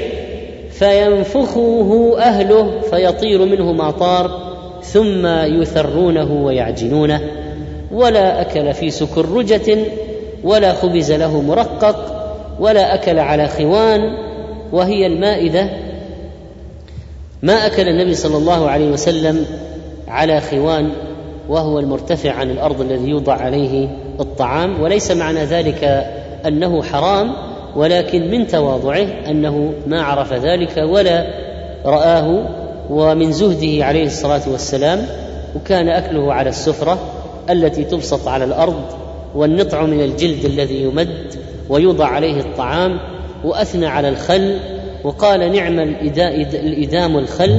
Speaker 2: فينفخه أهله فيطير منه ما طار، ثم يثرونه ويعجنونه. ولا أكل في سكرجة ولا خبز له مرقق ولا أكل على خوان، وهي المائدة. ما أكل النبي صلى الله عليه وسلم على خوان، وهو المرتفع عن الأرض الذي يوضع عليه الطعام، وليس معنى ذلك أنه حرام، ولكن من تواضعه أنه ما عرف ذلك ولا رآه، ومن زهده عليه الصلاة والسلام. وكان أكله على السفرة التي تبسط على الأرض، والنطع من الجلد الذي يمد ويوضع عليه الطعام. وأثنى على الخل وقال: نعم الإدام الخل.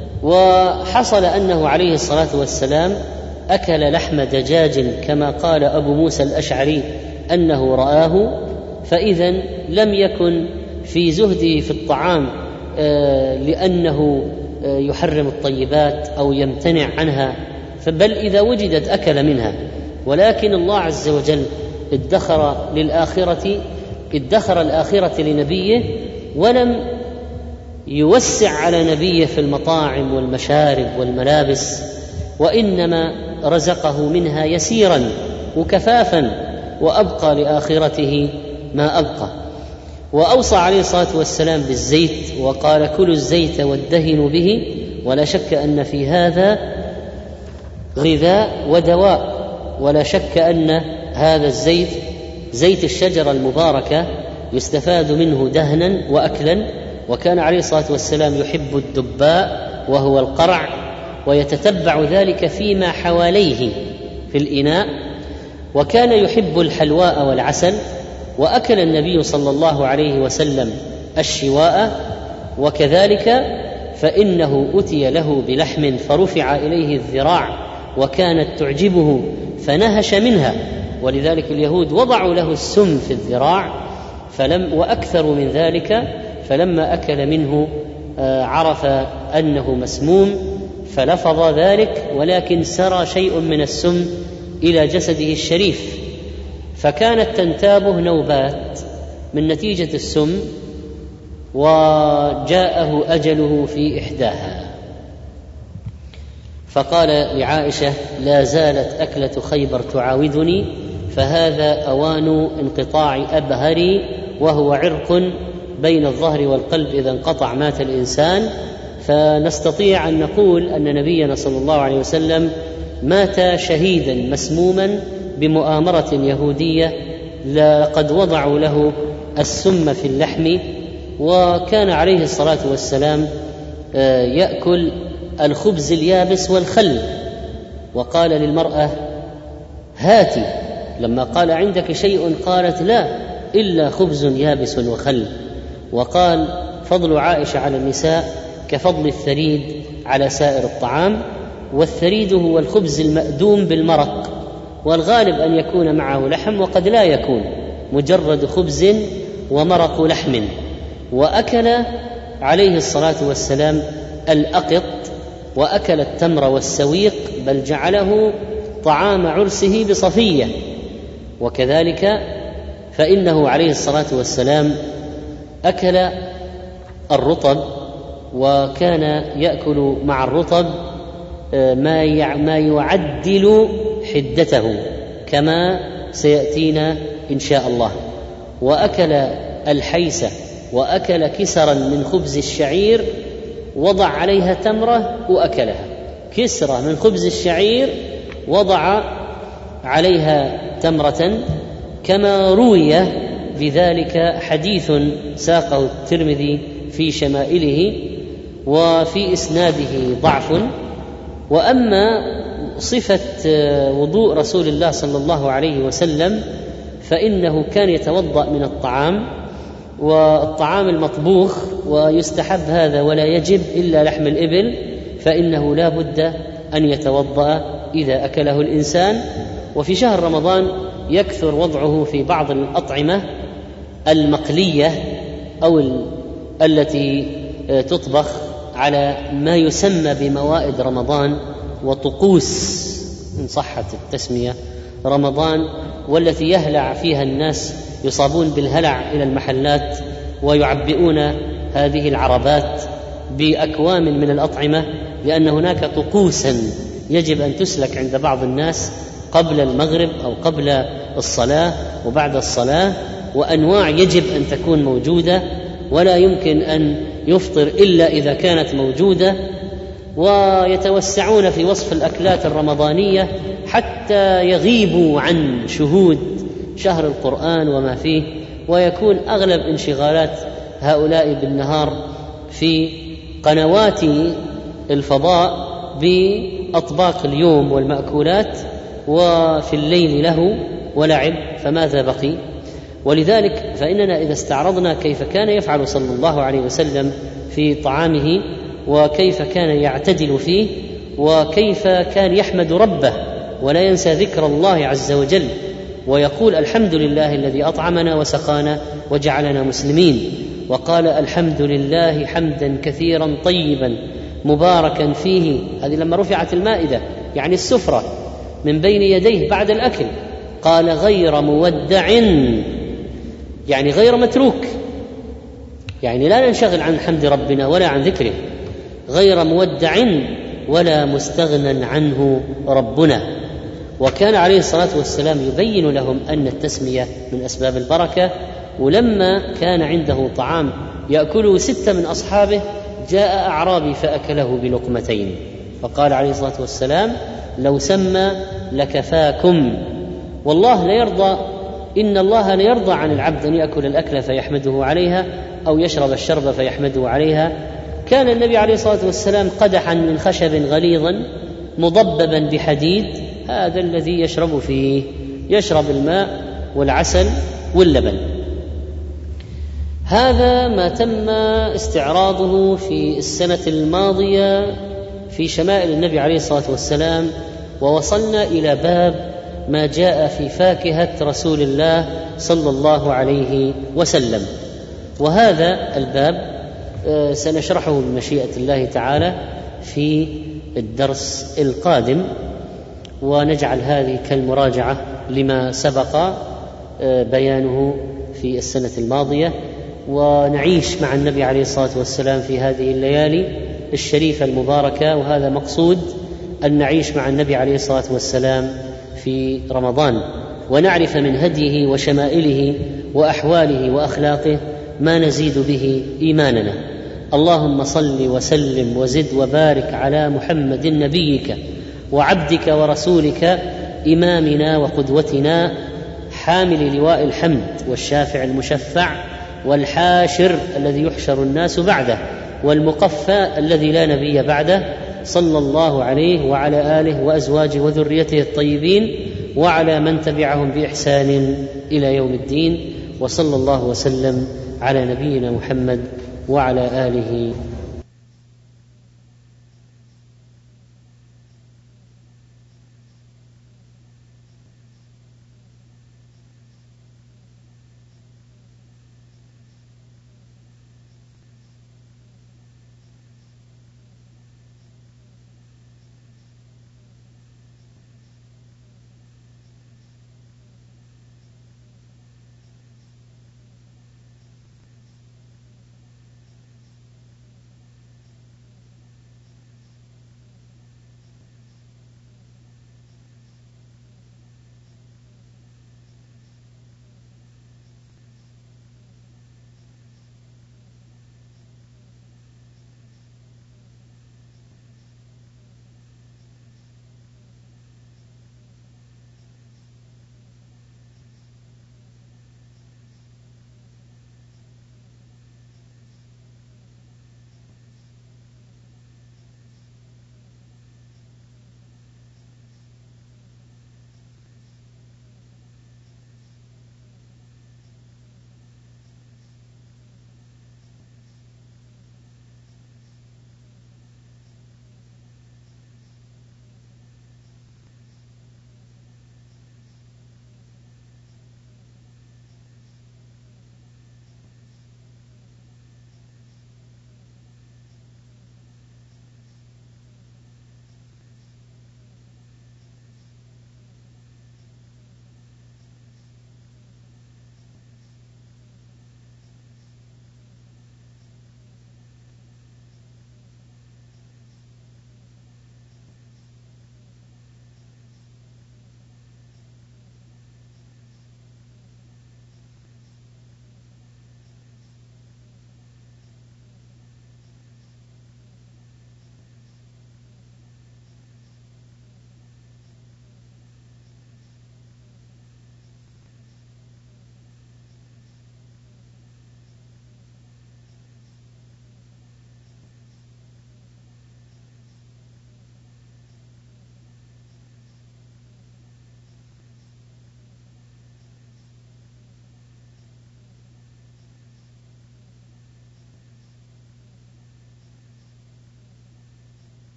Speaker 2: وحصل أنه عليه الصلاة والسلام أكل لحم دجاج كما قال أبو موسى الأشعري أنه رآه، فإذا لم يكن في زهده في الطعام لأنه يحرم الطيبات أو يمتنع عنها، بل إذا وجدت أكل منها. ولكن الله عز وجل ادخر الآخرة لنبيه، ولم يوسع على نبيه في المطاعم والمشارب والملابس، وإنما رزقه منها يسيرا وكفافا وأبقى لآخرته ما أبقى. وأوصى عليه الصلاة والسلام بالزيت وقال: كلوا الزيت وادهنوا به، ولا شك أن في هذا غذاء ودواء، ولا شك أن هذا الزيت زيت الشجرة المباركة يستفاد منه دهنا وأكلا. وكان عليه الصلاة والسلام يحب الدباء وهو القرع، ويتتبع ذلك فيما حواليه في الإناء، وكان يحب الحلواء والعسل. وأكل النبي صلى الله عليه وسلم الشواء، وكذلك فإنه أتي له بلحم فرفع إليه الذراع وكانت تعجبه فنهش منها، ولذلك اليهود وضعوا له السم في الذراع وأكثر من ذلك، فلما أكل منه عرف أنه مسموم فلفظ ذلك، ولكن سرى شيء من السم إلى جسده الشريف، فكانت تنتابه نوبات من نتيجة السم، وجاءه أجله في إحداها. فقال لعائشة: لا زالت أكلة خيبر تعاودني، فهذا أوان انقطاع أبهري، وهو عرق بين الظهر والقلب، إذا انقطع مات الإنسان. فنستطيع أن نقول أن نبينا صلى الله عليه وسلم مات شهيدا مسموما بمؤامرة يهودية، لقد وضعوا له السم في اللحم. وكان عليه الصلاة والسلام يأكل الخبز اليابس والخل، وقال للمرأة: هاتي، لما قال: عندك شيء؟ قالت: لا، إلا خبز يابس وخل. وقال: فضل عائشة على النساء كفضل الثريد على سائر الطعام، والثريد هو الخبز المأدوم بالمرق، والغالب أن يكون معه لحم، وقد لا يكون، مجرد خبز ومرق لحم. وأكل عليه الصلاة والسلام الأقط، وأكل التمر والسويق، بل جعله طعام عرسه بصفية. وكذلك فإنه عليه الصلاة والسلام أكل الرطب، وكان يأكل مع الرطب ما يعدل حدته كما سيأتينا إن شاء الله. وأكل الحيسة، وأكل كسرا من خبز الشعير، وضع عليها تمرة وأكلها، كسرة من خبز الشعير وضع عليها تمرة، كما روي بذلك حديث ساقه الترمذي في شمائله، وفي إسناده ضعف. وأما صفة وضوء رسول الله صلى الله عليه وسلم فإنه كان يتوضأ من الطعام، والطعام المطبوخ، ويستحب هذا ولا يجب إلا لحم الإبل، فإنه لا بد أن يتوضأ إذا أكله الإنسان. وفي شهر رمضان يكثر وضعه في بعض الأطعمة المقلية أو التي تطبخ على ما يسمى بموائد رمضان وطقوس إن صحت التسمية رمضان، والتي يهلع فيها الناس، يصابون بالهلع إلى المحلات ويعبئون هذه العربات بأكوام من الأطعمة، لأن هناك طقوسا يجب أن تسلك عند بعض الناس قبل المغرب أو قبل الصلاة وبعد الصلاة، وأنواع يجب أن تكون موجودة، ولا يمكن أن يفطر إلا إذا كانت موجودة. ويتوسعون في وصف الأكلات الرمضانية حتى يغيبوا عن شهود شهر القرآن وما فيه، ويكون أغلب انشغالات هؤلاء بالنهار في قنوات الفضاء بأطباق اليوم والمأكولات، وفي الليل له ولعب، فماذا بقي؟ ولذلك فإننا إذا استعرضنا كيف كان يفعل صلى الله عليه وسلم في طعامه، وكيف كان يعتدل فيه، وكيف كان يحمد ربه ولا ينسى ذكر الله عز وجل، ويقول: الحمد لله الذي أطعمنا وسقانا وجعلنا مسلمين. وقال: الحمد لله حمدا كثيرا طيبا مباركا فيه، هذه لما رفعت المائدة يعني السفرة من بين يديه بعد الأكل، قال: غير مودع، يعني غير متروك، يعني لا ننشغل عن حمد ربنا ولا عن ذكره، غير مودع ولا مستغنى عنه ربنا. وكان عليه الصلاة والسلام يبين لهم أن التسمية من أسباب البركة. ولما كان عنده طعام يأكله 6 من أصحابه جاء أعرابي فأكله بلقمتين، فقال عليه الصلاة والسلام: لو سمى لكفاكم. والله لا يرضى، إن الله لا يرضى عن العبد أن يأكل الأكل فيحمده عليها أو يشرب الشرب فيحمده عليها. كان النبي عليه الصلاة والسلام قدحا من خشب غليظا مضببا بحديد، هذا الذي يشرب فيه، يشرب الماء والعسل واللبن. هذا ما تم استعراضه في السنة الماضية في شمائل النبي عليه الصلاة والسلام، ووصلنا إلى باب ما جاء في فاكهة رسول الله صلى الله عليه وسلم. وهذا الباب سنشرحه بمشيئة الله تعالى في الدرس القادم، ونجعل هذه كالمراجعة لما سبق بيانه في السنة الماضية، ونعيش مع النبي عليه الصلاة والسلام في هذه الليالي الشريفة المباركة. وهذا مقصود، أن نعيش مع النبي عليه الصلاة والسلام في رمضان، ونعرف من هديه وشمائله وأحواله وأخلاقه ما نزيد به إيماننا. اللهم صل وسلم وزد وبارك على محمد نبيك وعبدك ورسولك، إمامنا وقدوتنا، حامل لواء الحمد والشافع المشفع والحاشر الذي يحشر الناس بعده والمقفى الذي لا نبي بعده، صلى الله عليه وعلى آله وأزواجه وذريته الطيبين، وعلى من تبعهم بإحسان إلى يوم الدين. وصلى الله وسلم على نبينا محمد وعلى آله